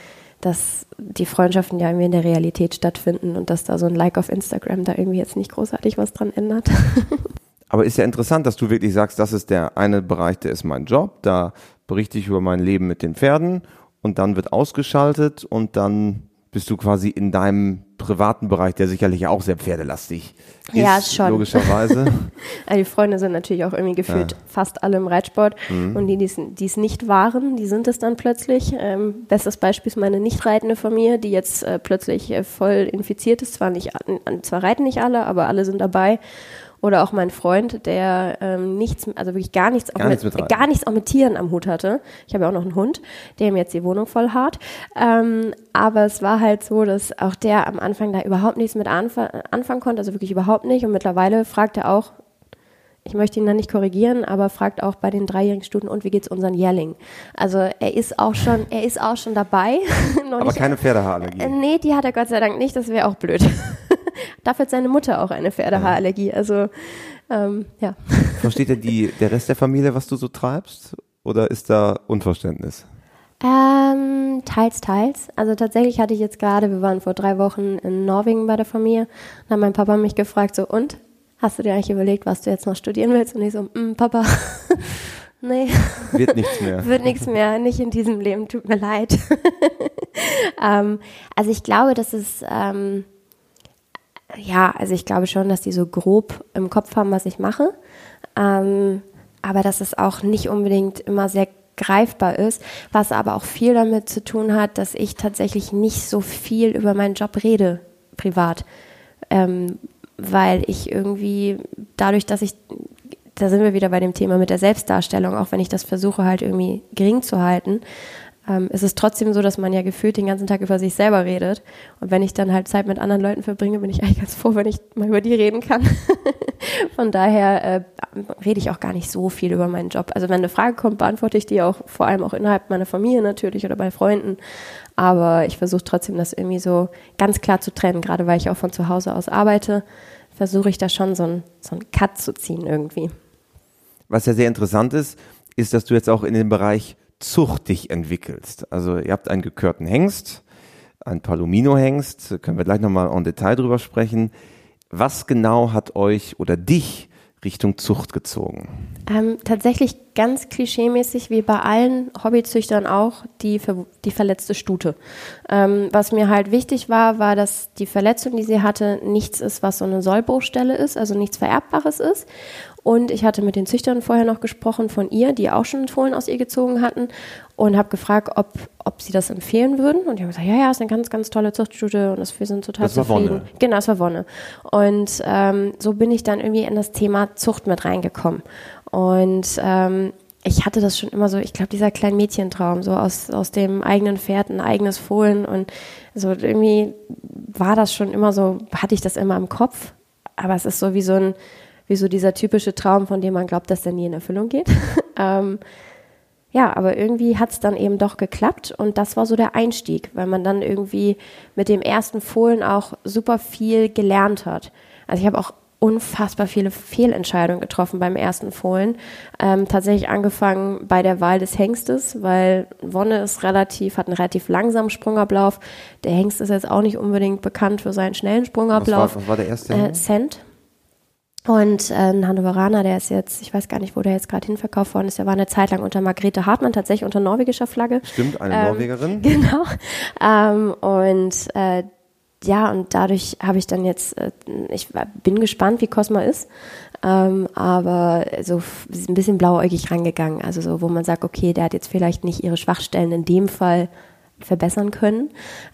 die Freundschaften ja irgendwie in der Realität stattfinden und dass da so ein Like auf Instagram da irgendwie jetzt nicht großartig was dran ändert. Aber ist ja interessant, dass du wirklich sagst, das ist der eine Bereich, der ist mein Job, da berichte ich über mein Leben mit den Pferden und dann wird ausgeschaltet und dann bist du quasi in deinem privaten Bereich, der sicherlich auch sehr pferdelastig ist, ja, schon. Logischerweise. Also die Freunde sind natürlich auch irgendwie gefühlt fast alle im Reitsport und die es nicht waren, die sind es dann plötzlich. Bestes Beispiel ist meine nicht reitende Familie, die jetzt plötzlich voll infiziert ist. Zwar reiten nicht alle, aber alle sind dabei. Oder auch mein Freund, der wirklich gar nichts auch mit Tieren am Hut hatte. Ich habe ja auch noch einen Hund, der ihm jetzt die Wohnung voll hart. Aber es war halt so, dass auch der am Anfang da überhaupt nichts mit anfangen konnte, also wirklich überhaupt nicht. Und mittlerweile fragt er auch, ich möchte ihn dann nicht korrigieren, aber fragt auch bei den 3-jährigen Stuten, und wie geht's unseren Jährling? Also er ist auch schon dabei. Aber keine Pferdehaarallergie? Nee, die hat er Gott sei Dank nicht, das wäre auch blöd. Dafür hat seine Mutter auch eine Pferdehaarallergie. Also, ja. Versteht der Rest der Familie, was du so treibst? Oder ist da Unverständnis? Teils. Also tatsächlich hatte ich jetzt gerade, wir waren vor 3 Wochen in Norwegen bei der Familie, dann hat mein Papa mich gefragt, so, und? Hast du dir eigentlich überlegt, was du jetzt noch studieren willst? Und ich so, Papa, nee. Wird nichts mehr. Wird nichts mehr, nicht in diesem Leben, tut mir leid. Also ich glaube, dass es... also ich glaube schon, dass die so grob im Kopf haben, was ich mache, aber dass es auch nicht unbedingt immer sehr greifbar ist, was aber auch viel damit zu tun hat, dass ich tatsächlich nicht so viel über meinen Job rede, privat, weil ich irgendwie dadurch, da sind wir wieder bei dem Thema mit der Selbstdarstellung, auch wenn ich das versuche halt irgendwie gering zu halten, ist es trotzdem so, dass man ja gefühlt den ganzen Tag über sich selber redet. Und wenn ich dann halt Zeit mit anderen Leuten verbringe, bin ich eigentlich ganz froh, wenn ich mal über die reden kann. Von daher rede ich auch gar nicht so viel über meinen Job. Also wenn eine Frage kommt, beantworte ich die auch, vor allem auch innerhalb meiner Familie natürlich oder bei Freunden. Aber ich versuche trotzdem, das irgendwie so ganz klar zu trennen. Gerade weil ich auch von zu Hause aus arbeite, versuche ich da schon so einen Cut zu ziehen irgendwie. Was ja sehr interessant ist, dass du jetzt auch in dem Bereich Zucht dich entwickelst. Also ihr habt einen gekörten Hengst, einen Palomino-Hengst, können wir gleich nochmal en Detail drüber sprechen. Was genau hat euch oder dich Richtung Zucht gezogen? Tatsächlich ganz klischeemäßig, wie bei allen Hobbyzüchtern auch, die verletzte Stute. Was mir halt wichtig war, dass die Verletzung, die sie hatte, nichts ist, was so eine Sollbruchstelle ist, also nichts Vererbbares ist. Und ich hatte mit den Züchtern vorher noch gesprochen von ihr, die auch schon Fohlen aus ihr gezogen hatten, und habe gefragt, ob sie das empfehlen würden. Und die haben gesagt, ja, ist eine ganz, ganz tolle Zuchtstute und wir sind total zufrieden. Wonne. Genau, es war Wonne. Und so bin ich dann irgendwie in das Thema Zucht mit reingekommen. Und ich hatte das schon immer so, ich glaube, dieser kleine Mädchentraum, so aus dem eigenen Pferd ein eigenes Fohlen, und so irgendwie war das schon immer so, hatte ich das immer im Kopf. Aber es ist so wie so dieser typische Traum, von dem man glaubt, dass der nie in Erfüllung geht. Ja, aber irgendwie hat es dann eben doch geklappt, und das war so der Einstieg, weil man dann irgendwie mit dem ersten Fohlen auch super viel gelernt hat. Also ich habe auch unfassbar viele Fehlentscheidungen getroffen beim ersten Fohlen. Tatsächlich angefangen bei der Wahl des Hengstes, weil Wonne hat einen relativ langsamen Sprungablauf. Der Hengst ist jetzt auch nicht unbedingt bekannt für seinen schnellen Sprungablauf. Was war der erste? Cent. Und ein Hannoveraner, der ist jetzt, ich weiß gar nicht, wo der jetzt gerade hinverkauft worden ist, der war eine Zeit lang unter Margrethe Hartmann, tatsächlich unter norwegischer Flagge. Stimmt, eine Norwegerin. Genau. Und dadurch habe ich dann jetzt, ich bin gespannt, wie Cosma ist, aber so ein bisschen blauäugig rangegangen. Also so, wo man sagt, okay, der hat jetzt vielleicht nicht ihre Schwachstellen in dem Fall verbessern können.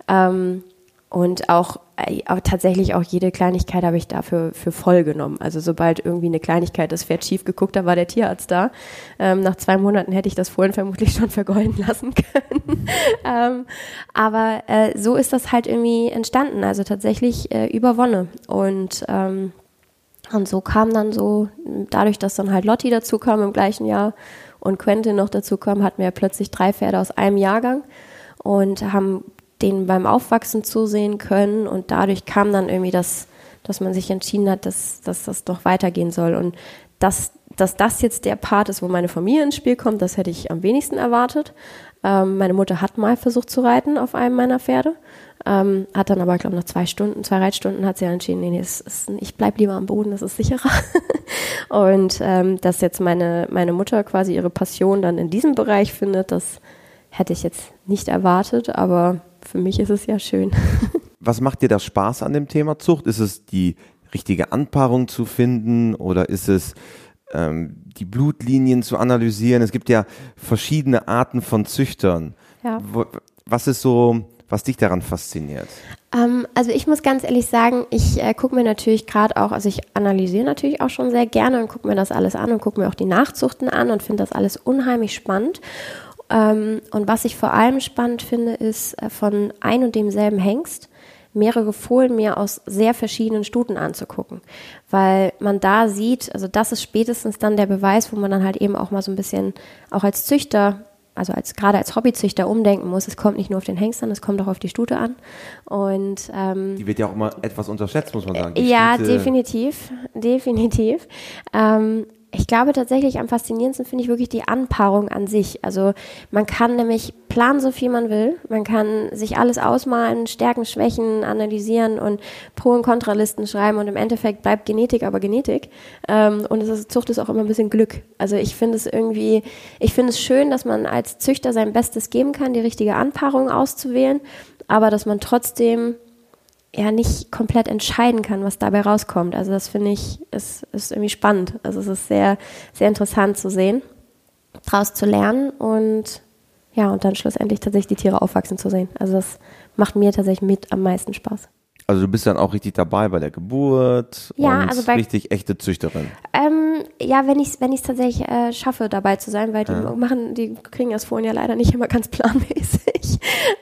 Und auch tatsächlich auch jede Kleinigkeit habe ich dafür für voll genommen. Also sobald irgendwie eine Kleinigkeit, das Pferd schief geguckt, da war der Tierarzt da. Nach 2 Monaten hätte ich das Fohlen vermutlich schon vergolden lassen können. Aber so ist das halt irgendwie entstanden. Also tatsächlich über Wonne. Und so kam dann so, dadurch, dass dann halt Lotti dazu kam im gleichen Jahr und Quentin noch dazu kam, hatten wir plötzlich 3 Pferde aus einem Jahrgang und haben denen beim Aufwachsen zusehen können und dadurch kam dann irgendwie dass man sich entschieden hat, dass das doch weitergehen soll und dass das jetzt der Part ist, wo meine Familie ins Spiel kommt, das hätte ich am wenigsten erwartet. Meine Mutter hat mal versucht zu reiten auf einem meiner Pferde, hat dann aber, glaube ich, nach 2 Reitstunden hat sie entschieden, nee, ich bleib lieber am Boden, das ist sicherer. Und dass jetzt meine Mutter quasi ihre Passion dann in diesem Bereich findet, das hätte ich jetzt nicht erwartet, aber für mich ist es ja schön. Was macht dir da Spaß an dem Thema Zucht? Ist es die richtige Anpaarung zu finden oder ist es die Blutlinien zu analysieren? Es gibt ja verschiedene Arten von Züchtern. Ja. Was ist so, was dich daran fasziniert? Also ich muss ganz ehrlich sagen, ich gucke mir natürlich gerade auch, also ich analysiere natürlich auch schon sehr gerne und gucke mir das alles an und gucke mir auch die Nachzuchten an und finde das alles unheimlich spannend. Und was ich vor allem spannend finde, ist von ein und demselben Hengst mehrere Fohlen mir aus sehr verschiedenen Stuten anzugucken, weil man da sieht, also das ist spätestens dann der Beweis, wo man dann halt eben auch mal so ein bisschen auch als Züchter, also gerade als Hobbyzüchter umdenken muss, es kommt nicht nur auf den Hengst an, es kommt auch auf die Stute an. Und die wird ja auch immer etwas unterschätzt, muss man sagen. Ja, definitiv. Ich glaube tatsächlich am faszinierendsten finde ich wirklich die Anpaarung an sich. Also man kann nämlich planen, so viel man will. Man kann sich alles ausmalen, Stärken, Schwächen analysieren und Pro- und Kontralisten schreiben und im Endeffekt bleibt Genetik aber Genetik. Und Zucht ist auch immer ein bisschen Glück. Also ich finde es schön, dass man als Züchter sein Bestes geben kann, die richtige Anpaarung auszuwählen, aber dass man trotzdem ja nicht komplett entscheiden kann, was dabei rauskommt. Also das finde ich, ist irgendwie spannend. Also es ist sehr, sehr interessant zu sehen, daraus zu lernen und dann schlussendlich tatsächlich die Tiere aufwachsen zu sehen. Also das macht mir tatsächlich mit am meisten Spaß. Also du bist dann auch richtig dabei bei der Geburt und also richtig echte Züchterin. Wenn ich es tatsächlich schaffe, dabei zu sein, weil die kriegen das Fohlen ja leider nicht immer ganz planmäßig.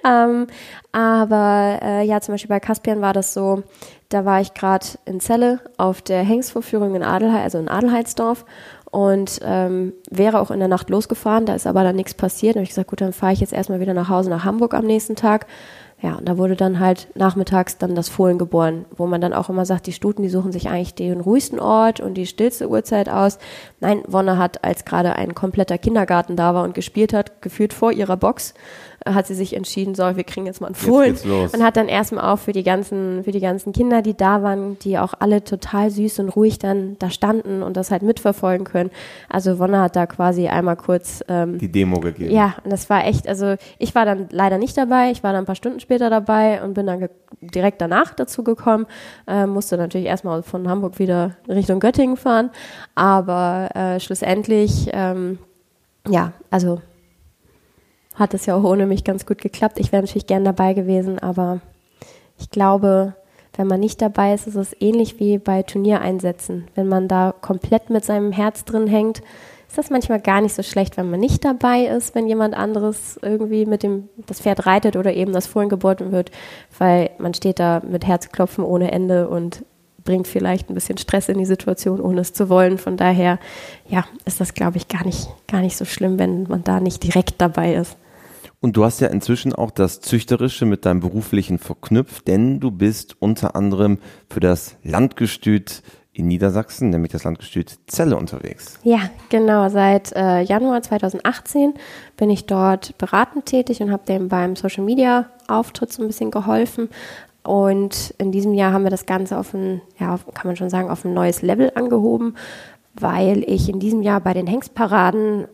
Zum Beispiel bei Caspian war das so, da war ich gerade in Celle auf der Hengstvorführung in Adelheid, also in Adelheidsdorf und wäre auch in der Nacht losgefahren, da ist aber dann nichts passiert. Da habe ich gesagt, gut, dann fahre ich jetzt erstmal wieder nach Hause nach Hamburg am nächsten Tag. Ja, und da wurde dann halt nachmittags dann das Fohlen geboren, wo man dann auch immer sagt, die Stuten, die suchen sich eigentlich den ruhigsten Ort und die stillste Uhrzeit aus. Nein, Wonne hat, als gerade ein kompletter Kindergarten da war und gespielt hat, gefühlt vor ihrer Box, hat sie sich entschieden, so, wir kriegen jetzt mal ein Fohlen. Und hat dann erstmal auch für die ganzen Kinder, die da waren, die auch alle total süß und ruhig dann da standen und das halt mitverfolgen können. Also Wonne hat da quasi einmal kurz die Demo gegeben. Ja, und das war echt, also ich war dann leider nicht dabei, ich war dann ein paar Stunden später dabei und bin dann direkt danach dazu gekommen, musste natürlich erstmal von Hamburg wieder Richtung Göttingen fahren, aber schlussendlich, also hat es ja auch ohne mich ganz gut geklappt. Ich wäre natürlich gern dabei gewesen, aber ich glaube, wenn man nicht dabei ist, ist es ähnlich wie bei Turniereinsätzen. Wenn man da komplett mit seinem Herz drin hängt, ist das manchmal gar nicht so schlecht, wenn man nicht dabei ist, wenn jemand anderes irgendwie das Pferd reitet oder eben das Fohlen geboren wird, weil man steht da mit Herzklopfen ohne Ende und bringt vielleicht ein bisschen Stress in die Situation, ohne es zu wollen. Von daher, ist das, glaube ich, gar nicht so schlimm, wenn man da nicht direkt dabei ist. Und du hast ja inzwischen auch das Züchterische mit deinem Beruflichen verknüpft, denn du bist unter anderem für das Landgestüt in Niedersachsen, nämlich das Landgestüt Celle, unterwegs. Ja, genau. Seit Januar 2018 bin ich dort beratend tätig und habe dem beim Social Media Auftritt so ein bisschen geholfen. Und in diesem Jahr haben wir das Ganze kann man schon sagen, auf ein neues Level angehoben, weil ich in diesem Jahr bei den Hengstparaden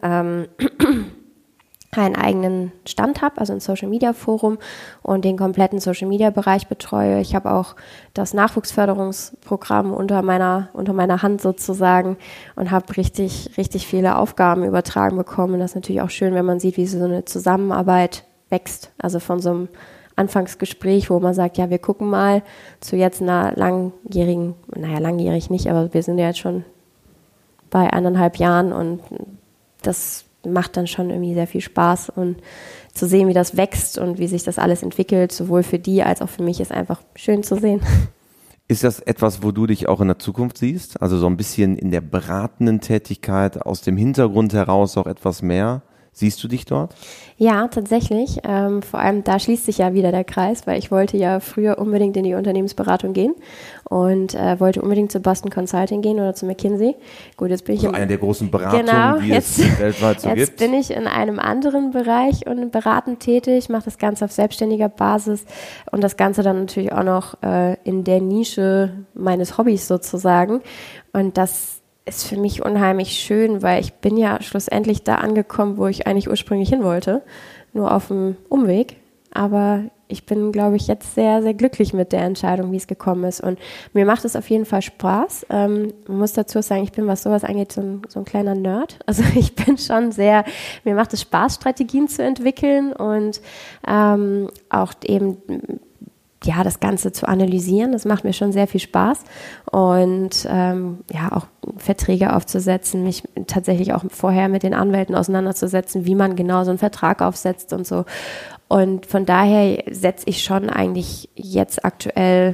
einen eigenen Stand habe, also ein Social-Media-Forum und den kompletten Social-Media-Bereich betreue. Ich habe auch das Nachwuchsförderungsprogramm unter meiner Hand sozusagen und habe richtig, richtig viele Aufgaben übertragen bekommen. Und das ist natürlich auch schön, wenn man sieht, wie so eine Zusammenarbeit wächst. Also von so einem Anfangsgespräch, wo man sagt, ja, wir gucken mal, zu jetzt einer langjährig nicht, aber wir sind ja jetzt schon bei 1,5 Jahren und das macht dann schon irgendwie sehr viel Spaß und zu sehen, wie das wächst und wie sich das alles entwickelt, sowohl für die als auch für mich, ist einfach schön zu sehen. Ist das etwas, wo du dich auch in der Zukunft siehst? Also so ein bisschen in der beratenden Tätigkeit, aus dem Hintergrund heraus auch etwas mehr? Siehst du dich dort? Ja, tatsächlich. Vor allem da schließt sich ja wieder der Kreis, weil ich wollte ja früher unbedingt in die Unternehmensberatung gehen und wollte unbedingt zu Boston Consulting gehen oder zu McKinsey. Gut, jetzt bin ich eine der großen Beratungen, die es weltweit so gibt. Jetzt bin ich in einem anderen Bereich und beratend tätig, mache das Ganze auf selbstständiger Basis und das Ganze dann natürlich auch noch in der Nische meines Hobbys sozusagen. Und das ist für mich unheimlich schön, weil ich bin ja schlussendlich da angekommen, wo ich eigentlich ursprünglich hin wollte, nur auf dem Umweg. Aber ich bin, glaube ich, jetzt sehr, sehr glücklich mit der Entscheidung, wie es gekommen ist. Und mir macht es auf jeden Fall Spaß. Man muss dazu sagen, ich bin, was sowas angeht, so ein kleiner Nerd. Also ich bin schon mir macht es Spaß, Strategien zu entwickeln und auch eben das Ganze zu analysieren. Das macht mir schon sehr viel Spaß und auch Verträge aufzusetzen, mich tatsächlich auch vorher mit den Anwälten auseinanderzusetzen, wie man genau so einen Vertrag aufsetzt und so. Und von daher setze ich schon eigentlich jetzt aktuell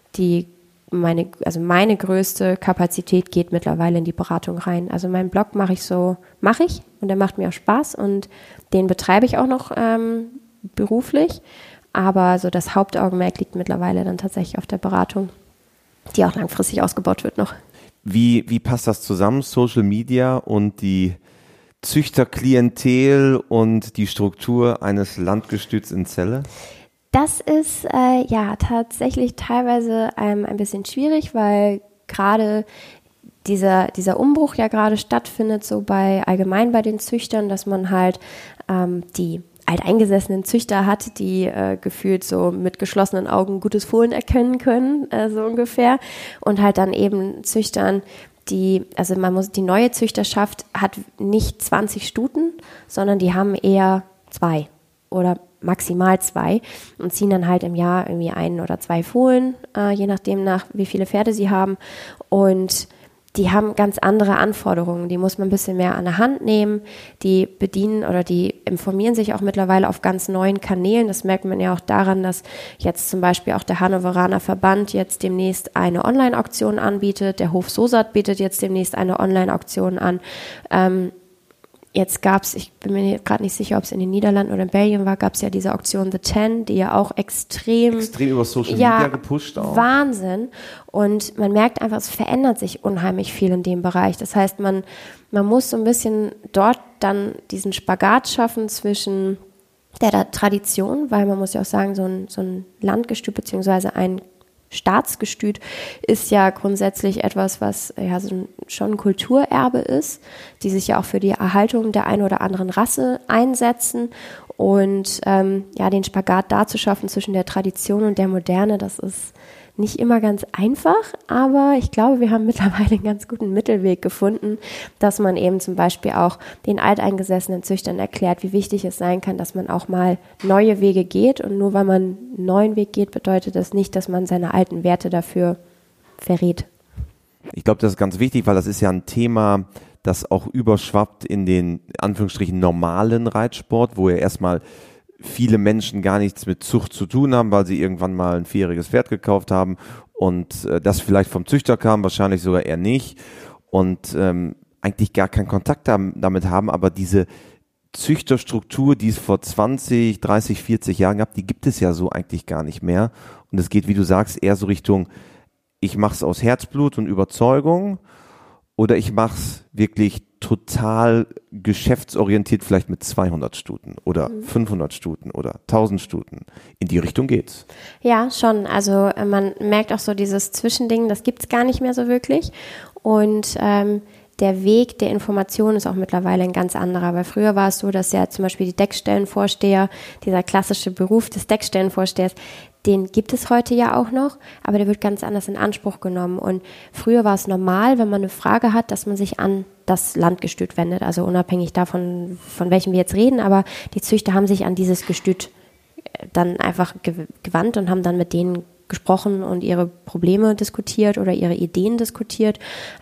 meine größte Kapazität geht mittlerweile in die Beratung rein. Also meinen Blog mache ich und der macht mir auch Spaß und den betreibe ich auch noch beruflich. Aber so das Hauptaugenmerk liegt mittlerweile dann tatsächlich auf der Beratung, die auch langfristig ausgebaut wird noch. Wie passt das zusammen, Social Media und die Züchterklientel und die Struktur eines Landgestüts in Celle? Das ist tatsächlich teilweise ein bisschen schwierig, weil gerade dieser Umbruch ja gerade stattfindet, so allgemein bei den Züchtern, dass man halt die alteingesessenen Züchter hat, die gefühlt so mit geschlossenen Augen gutes Fohlen erkennen können, so ungefähr. Und halt dann eben Züchtern, die neue Züchterschaft hat nicht 20 Stuten, sondern die haben eher 2 oder maximal 2 und ziehen dann halt im Jahr irgendwie 1 oder 2 Fohlen, je nachdem wie viele Pferde sie haben. Und die haben ganz andere Anforderungen, die muss man ein bisschen mehr an der Hand nehmen, die bedienen oder die informieren sich auch mittlerweile auf ganz neuen Kanälen, das merkt man ja auch daran, dass jetzt zum Beispiel auch der Hannoveraner Verband jetzt demnächst eine Online-Auktion anbietet, der Hof Sosat bietet jetzt demnächst eine Online-Auktion an, Jetzt ich bin mir gerade nicht sicher, ob es in den Niederlanden oder in Belgien war, gab es ja diese Auktion The 10, die ja auch extrem über Social Media gepusht auch. Wahnsinn. Und man merkt einfach, es verändert sich unheimlich viel in dem Bereich. Das heißt, man muss so ein bisschen dort dann diesen Spagat schaffen zwischen der Tradition, weil man muss ja auch sagen, so ein Landgestüt beziehungsweise ein Staatsgestüt ist ja grundsätzlich etwas, was schon ein Kulturerbe ist, die sich ja auch für die Erhaltung der einen oder anderen Rasse einsetzen und den Spagat da zu schaffen zwischen der Tradition und der Moderne, das ist nicht immer ganz einfach, aber ich glaube, wir haben mittlerweile einen ganz guten Mittelweg gefunden, dass man eben zum Beispiel auch den alteingesessenen Züchtern erklärt, wie wichtig es sein kann, dass man auch mal neue Wege geht und nur weil man einen neuen Weg geht, bedeutet das nicht, dass man seine alten Werte dafür verrät. Ich glaube, das ist ganz wichtig, weil das ist ja ein Thema, das auch überschwappt in den Anführungsstrichen normalen Reitsport, wo ja erstmal viele Menschen gar nichts mit Zucht zu tun haben, weil sie irgendwann mal ein 4-jähriges Pferd gekauft haben und das vielleicht vom Züchter kam, wahrscheinlich sogar eher nicht und eigentlich gar keinen Kontakt damit haben, aber diese Züchterstruktur, die es vor 20, 30, 40 Jahren gab, die gibt es ja so eigentlich gar nicht mehr und es geht, wie du sagst, eher so Richtung, ich mache es aus Herzblut und Überzeugung oder ich mache es wirklich total geschäftsorientiert, vielleicht mit 200 Stuten oder 500 Stuten oder 1000 Stuten. In die Richtung geht's. Ja, schon. Also man merkt auch so dieses Zwischending, das gibt's gar nicht mehr so wirklich. Und der Weg der Information ist auch mittlerweile ein ganz anderer, weil früher war es so, dass ja zum Beispiel die Deckstellenvorsteher, dieser klassische Beruf des Deckstellenvorstehers, den gibt es heute ja auch noch, aber der wird ganz anders in Anspruch genommen. Und früher war es normal, wenn man eine Frage hat, dass man sich an das Landgestüt wendet, also unabhängig davon, von welchem wir jetzt reden, aber die Züchter haben sich an dieses Gestüt dann einfach gewandt und haben dann mit denen gesprochen und ihre Probleme diskutiert oder ihre Ideen diskutiert.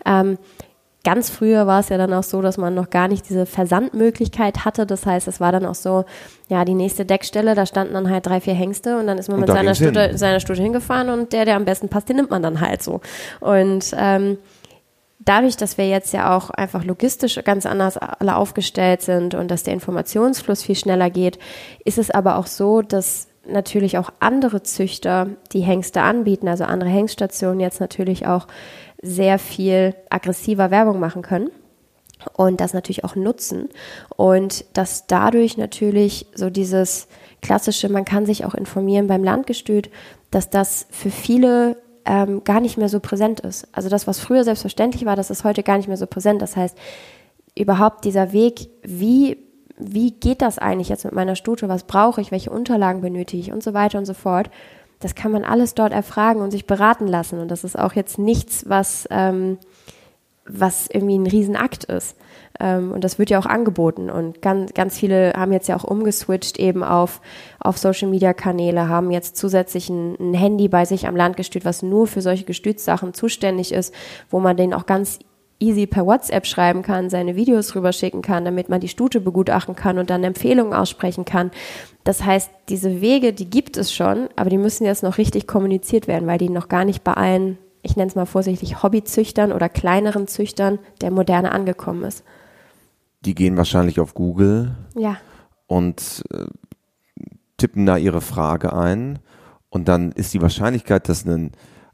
Ganz früher war es ja dann auch so, dass man noch gar nicht diese Versandmöglichkeit hatte. Das heißt, es war dann auch so, ja, die nächste Deckstelle, da standen dann halt 3, 4 Hengste und dann ist man mit seiner Stute hingefahren und der am besten passt, den nimmt man dann halt so. Und dadurch, dass wir jetzt ja auch einfach logistisch ganz anders alle aufgestellt sind und dass der Informationsfluss viel schneller geht, ist es aber auch so, dass natürlich auch andere Züchter, die Hengste anbieten, also andere Hengststationen jetzt natürlich auch sehr viel aggressiver Werbung machen können und das natürlich auch nutzen und dass dadurch natürlich so dieses klassische, man kann sich auch informieren beim Landgestüt, dass das für viele gar nicht mehr so präsent ist. Also das, was früher selbstverständlich war, das ist heute gar nicht mehr so präsent. Das heißt, überhaupt dieser Weg, wie geht das eigentlich jetzt mit meiner Stute, was brauche ich, welche Unterlagen benötige ich und so weiter und so fort. Das kann man alles dort erfragen und sich beraten lassen. Und das ist auch jetzt nichts, was irgendwie ein Riesenakt ist. Und das wird ja auch angeboten. Und ganz viele haben jetzt ja auch umgeswitcht eben auf Social-Media-Kanäle, haben jetzt zusätzlich ein Handy bei sich am Landgestüt, was nur für solche Gestütssachen zuständig ist, wo man den auch ganz easy per WhatsApp schreiben kann, seine Videos rüberschicken kann, damit man die Stute begutachten kann und dann Empfehlungen aussprechen kann. Das heißt, diese Wege, die gibt es schon, aber die müssen jetzt noch richtig kommuniziert werden, weil die noch gar nicht bei allen, ich nenne es mal vorsichtig, Hobbyzüchtern oder kleineren Züchtern der Moderne angekommen ist. Die gehen wahrscheinlich auf Google und tippen da ihre Frage ein und dann ist die Wahrscheinlichkeit, dass ein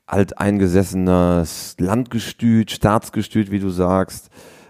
alteingesessenes Landgestüt, Staatsgestüt, wie du sagst,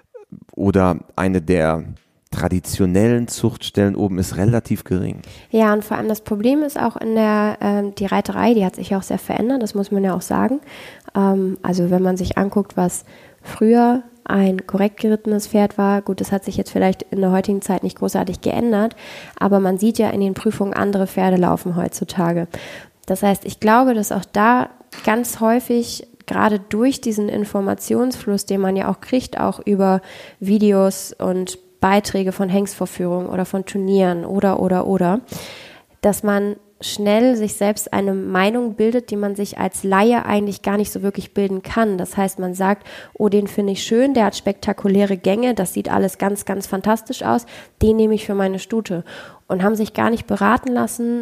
oder eine der traditionellen Zuchtstellen oben ist relativ gering. Ja, und vor allem das Problem ist auch in die Reiterei, die hat sich ja auch sehr verändert, das muss man ja auch sagen. Also wenn man sich anguckt, was früher ein korrekt gerittenes Pferd war, gut, das hat sich jetzt vielleicht in der heutigen Zeit nicht großartig geändert, aber man sieht ja in den Prüfungen, andere Pferde laufen heutzutage. Das heißt, ich glaube, dass auch da ganz häufig, gerade durch diesen Informationsfluss, den man ja auch kriegt, auch über Videos und Beiträge von Hengstvorführungen oder von Turnieren oder, dass man schnell sich selbst eine Meinung bildet, die man sich als Laie eigentlich gar nicht so wirklich bilden kann. Das heißt, man sagt, oh, den finde ich schön, der hat spektakuläre Gänge, das sieht alles ganz, ganz fantastisch aus, den nehme ich für meine Stute. Und haben sich gar nicht beraten lassen,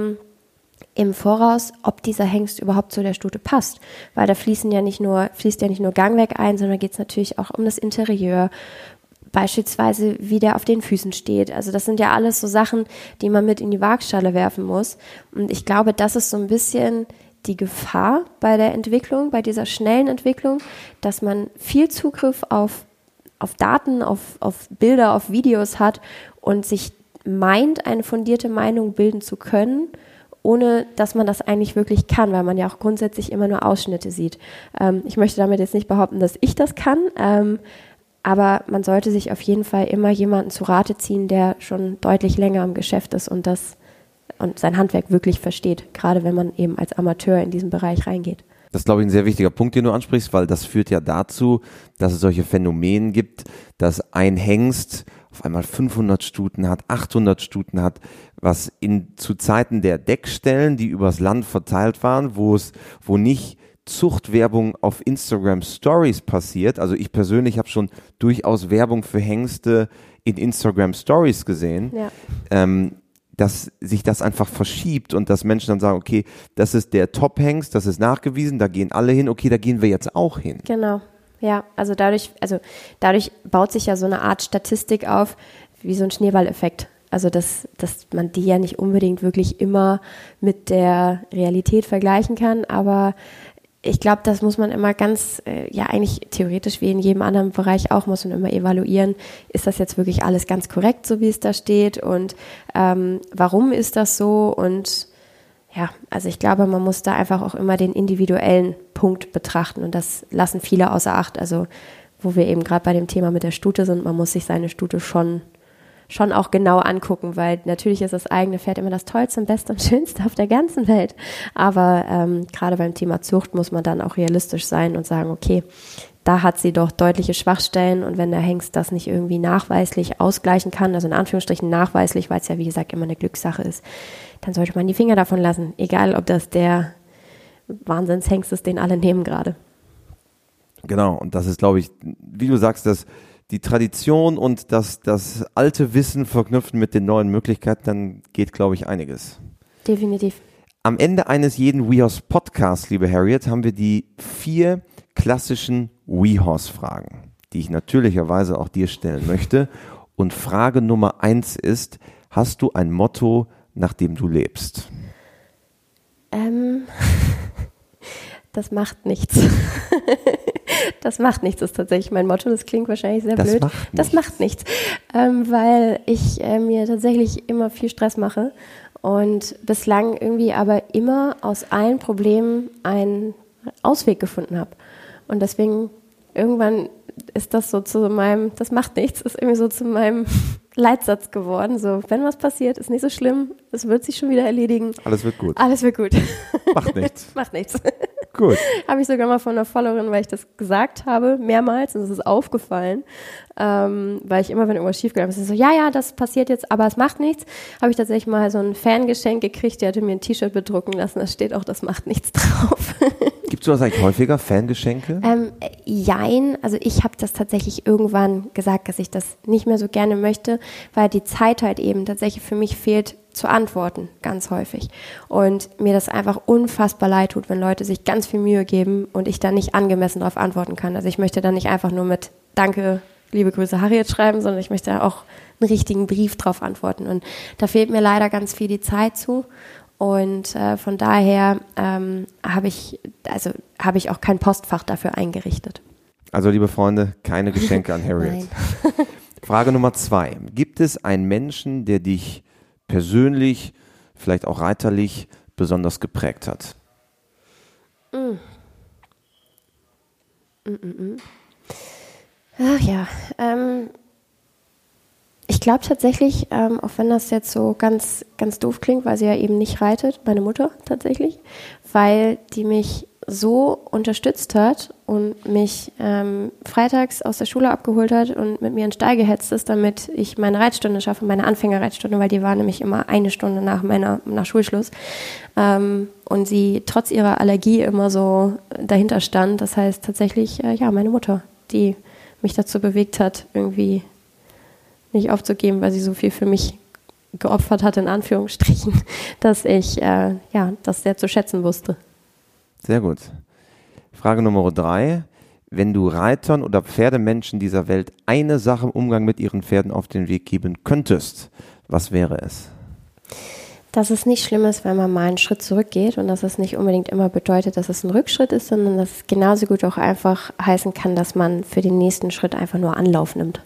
im Voraus, ob dieser Hengst überhaupt zu der Stute passt. Weil da fließt ja nicht nur Gangwerk ein, sondern geht es natürlich auch um das Interieur. Beispielsweise, wie der auf den Füßen steht. Also das sind ja alles so Sachen, die man mit in die Waagschale werfen muss. Und ich glaube, das ist so ein bisschen die Gefahr bei der Entwicklung, bei dieser schnellen Entwicklung, dass man viel Zugriff auf Daten, auf Bilder, auf Videos hat und sich meint, eine fundierte Meinung bilden zu können, ohne dass man das eigentlich wirklich kann, weil man ja auch grundsätzlich immer nur Ausschnitte sieht. Ich möchte damit jetzt nicht behaupten, dass ich das kann, aber man sollte sich auf jeden Fall immer jemanden zu Rate ziehen, der schon deutlich länger im Geschäft ist und sein Handwerk wirklich versteht, gerade wenn man eben als Amateur in diesen Bereich reingeht. Das ist, glaube ich, ein sehr wichtiger Punkt, den du ansprichst, weil das führt ja dazu, dass es solche Phänomene gibt, dass ein Hengst auf einmal 500 Stuten hat, 800 Stuten hat, was zu Zeiten der Deckstellen, die übers Land verteilt waren, wo nicht Zuchtwerbung auf Instagram Stories passiert. Also ich persönlich habe schon durchaus Werbung für Hengste in Instagram Stories gesehen, dass sich das einfach verschiebt und dass Menschen dann sagen, okay, das ist der Top-Hengst, das ist nachgewiesen, da gehen alle hin, okay, da gehen wir jetzt auch hin. Genau, ja, also dadurch baut sich ja so eine Art Statistik auf, wie so ein Schneeballeffekt. Also dass man die ja nicht unbedingt wirklich immer mit der Realität vergleichen kann, aber ich glaube, das muss man immer ganz, eigentlich theoretisch wie in jedem anderen Bereich auch, muss man immer evaluieren, ist das jetzt wirklich alles ganz korrekt, so wie es da steht und warum ist das so und ja, also ich glaube, man muss da einfach auch immer den individuellen Punkt betrachten und das lassen viele außer Acht, also wo wir eben gerade bei dem Thema mit der Stute sind, man muss sich seine Stute schon auch genau angucken, weil natürlich ist das eigene Pferd immer das Tollste und Beste und Schönste auf der ganzen Welt. Aber gerade beim Thema Zucht muss man dann auch realistisch sein und sagen, okay, da hat sie doch deutliche Schwachstellen und wenn der Hengst das nicht irgendwie nachweislich ausgleichen kann, also in Anführungsstrichen nachweislich, weil es ja wie gesagt immer eine Glückssache ist, dann sollte man die Finger davon lassen, egal ob das der Wahnsinnshengst ist, den alle nehmen gerade. Genau, und das ist, glaube ich, wie du sagst, dass die Tradition und das alte Wissen verknüpfen mit den neuen Möglichkeiten, dann geht, glaube ich, einiges. Definitiv. Am Ende eines jeden WeHorse Podcasts, liebe Harriet, haben wir die 4 klassischen WeHorse-Fragen, die ich natürlicherweise auch dir stellen möchte. Und Frage Nummer 1 ist, hast du ein Motto, nach dem du lebst? Das macht nichts. Das macht nichts, ist tatsächlich mein Motto. Das klingt wahrscheinlich sehr blöd. Das macht nichts, weil ich mir tatsächlich immer viel Stress mache und bislang irgendwie aber immer aus allen Problemen einen Ausweg gefunden habe. Und deswegen irgendwann ist das so zu meinem, das macht nichts, ist irgendwie so zu meinem Leitsatz geworden. So, wenn was passiert, ist nicht so schlimm, es wird sich schon wieder erledigen. Alles wird gut. Alles wird gut. Macht nichts. Macht nichts. Gut. Habe ich sogar mal von einer Followerin, weil ich das gesagt habe, mehrmals, und es ist aufgefallen, weil ich immer, wenn irgendwas schiefgegangen ist, so, ja, das passiert jetzt, aber es macht nichts, habe ich tatsächlich mal so ein Fangeschenk gekriegt, die hatte mir ein T-Shirt bedrucken lassen, da steht auch, das macht nichts drauf. Gibt es sowas eigentlich häufiger, Fangeschenke? Jein, also ich habe das tatsächlich irgendwann gesagt, dass ich das nicht mehr so gerne möchte, weil die Zeit halt eben tatsächlich für mich fehlt, zu antworten, ganz häufig. Und mir das einfach unfassbar leid tut, wenn Leute sich ganz viel Mühe geben und ich dann nicht angemessen darauf antworten kann. Also ich möchte dann nicht einfach nur mit Danke, liebe Grüße Harriet schreiben, sondern ich möchte auch einen richtigen Brief drauf antworten. Und da fehlt mir leider ganz viel die Zeit zu. Und von daher habe ich auch kein Postfach dafür eingerichtet. Also liebe Freunde, keine Geschenke an Harriet. Nein. Frage Nummer 2. Gibt es einen Menschen, der dich persönlich, vielleicht auch reiterlich, besonders geprägt hat? Ach ja, ich glaube tatsächlich, auch wenn das jetzt so ganz, ganz doof klingt, weil sie ja eben nicht reitet, meine Mutter tatsächlich, weil die mich so unterstützt hat und mich freitags aus der Schule abgeholt hat und mit mir in den Stall gehetzt ist, damit ich meine Reitstunde schaffe, meine Anfängerreitstunde, weil die war nämlich immer eine Stunde nach Schulschluss. Und sie trotz ihrer Allergie immer so dahinter stand. Das heißt tatsächlich, meine Mutter, die mich dazu bewegt hat, irgendwie nicht aufzugeben, weil sie so viel für mich geopfert hat, in Anführungsstrichen, dass ich das sehr zu schätzen wusste. Sehr gut. Frage Nummer 3. Wenn du Reitern oder Pferdemenschen dieser Welt eine Sache im Umgang mit ihren Pferden auf den Weg geben könntest, was wäre es? Dass es nicht schlimm ist, wenn man mal einen Schritt zurückgeht und dass es nicht unbedingt immer bedeutet, dass es ein Rückschritt ist, sondern dass es genauso gut auch einfach heißen kann, dass man für den nächsten Schritt einfach nur Anlauf nimmt.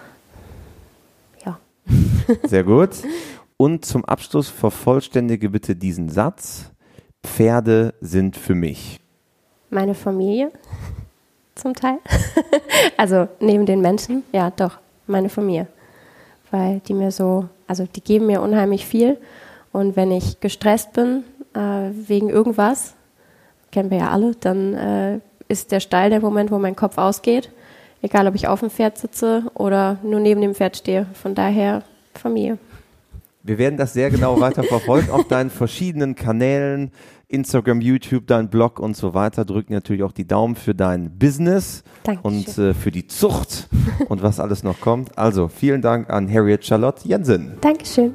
Ja. Sehr gut. Und zum Abschluss vervollständige bitte diesen Satz. Pferde sind für mich. Meine Familie, zum Teil. Also neben den Menschen, ja doch, meine Familie. Weil die die geben mir unheimlich viel. Und wenn ich gestresst bin, wegen irgendwas, kennen wir ja alle, dann ist der Stall der Moment, wo mein Kopf ausgeht. Egal, ob ich auf dem Pferd sitze oder nur neben dem Pferd stehe. Von daher Familie. Wir werden das sehr genau weiter verfolgen auf deinen verschiedenen Kanälen, Instagram, YouTube, dein Blog und so weiter. Drücken natürlich auch die Daumen für dein Business. Dankeschön. Und für die Zucht und was alles noch kommt. Also vielen Dank an Harriet Charlotte Jensen. Dankeschön.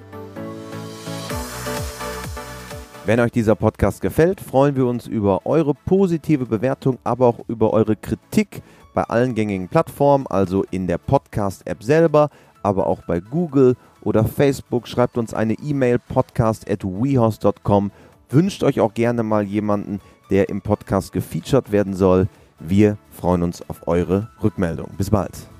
Wenn euch dieser Podcast gefällt, freuen wir uns über eure positive Bewertung, aber auch über eure Kritik bei allen gängigen Plattformen, also in der Podcast-App selber, aber auch bei Google oder Facebook. Schreibt uns eine E-Mail, podcast@wehorse.com. Wünscht euch auch gerne mal jemanden, der im Podcast gefeatured werden soll. Wir freuen uns auf eure Rückmeldung. Bis bald.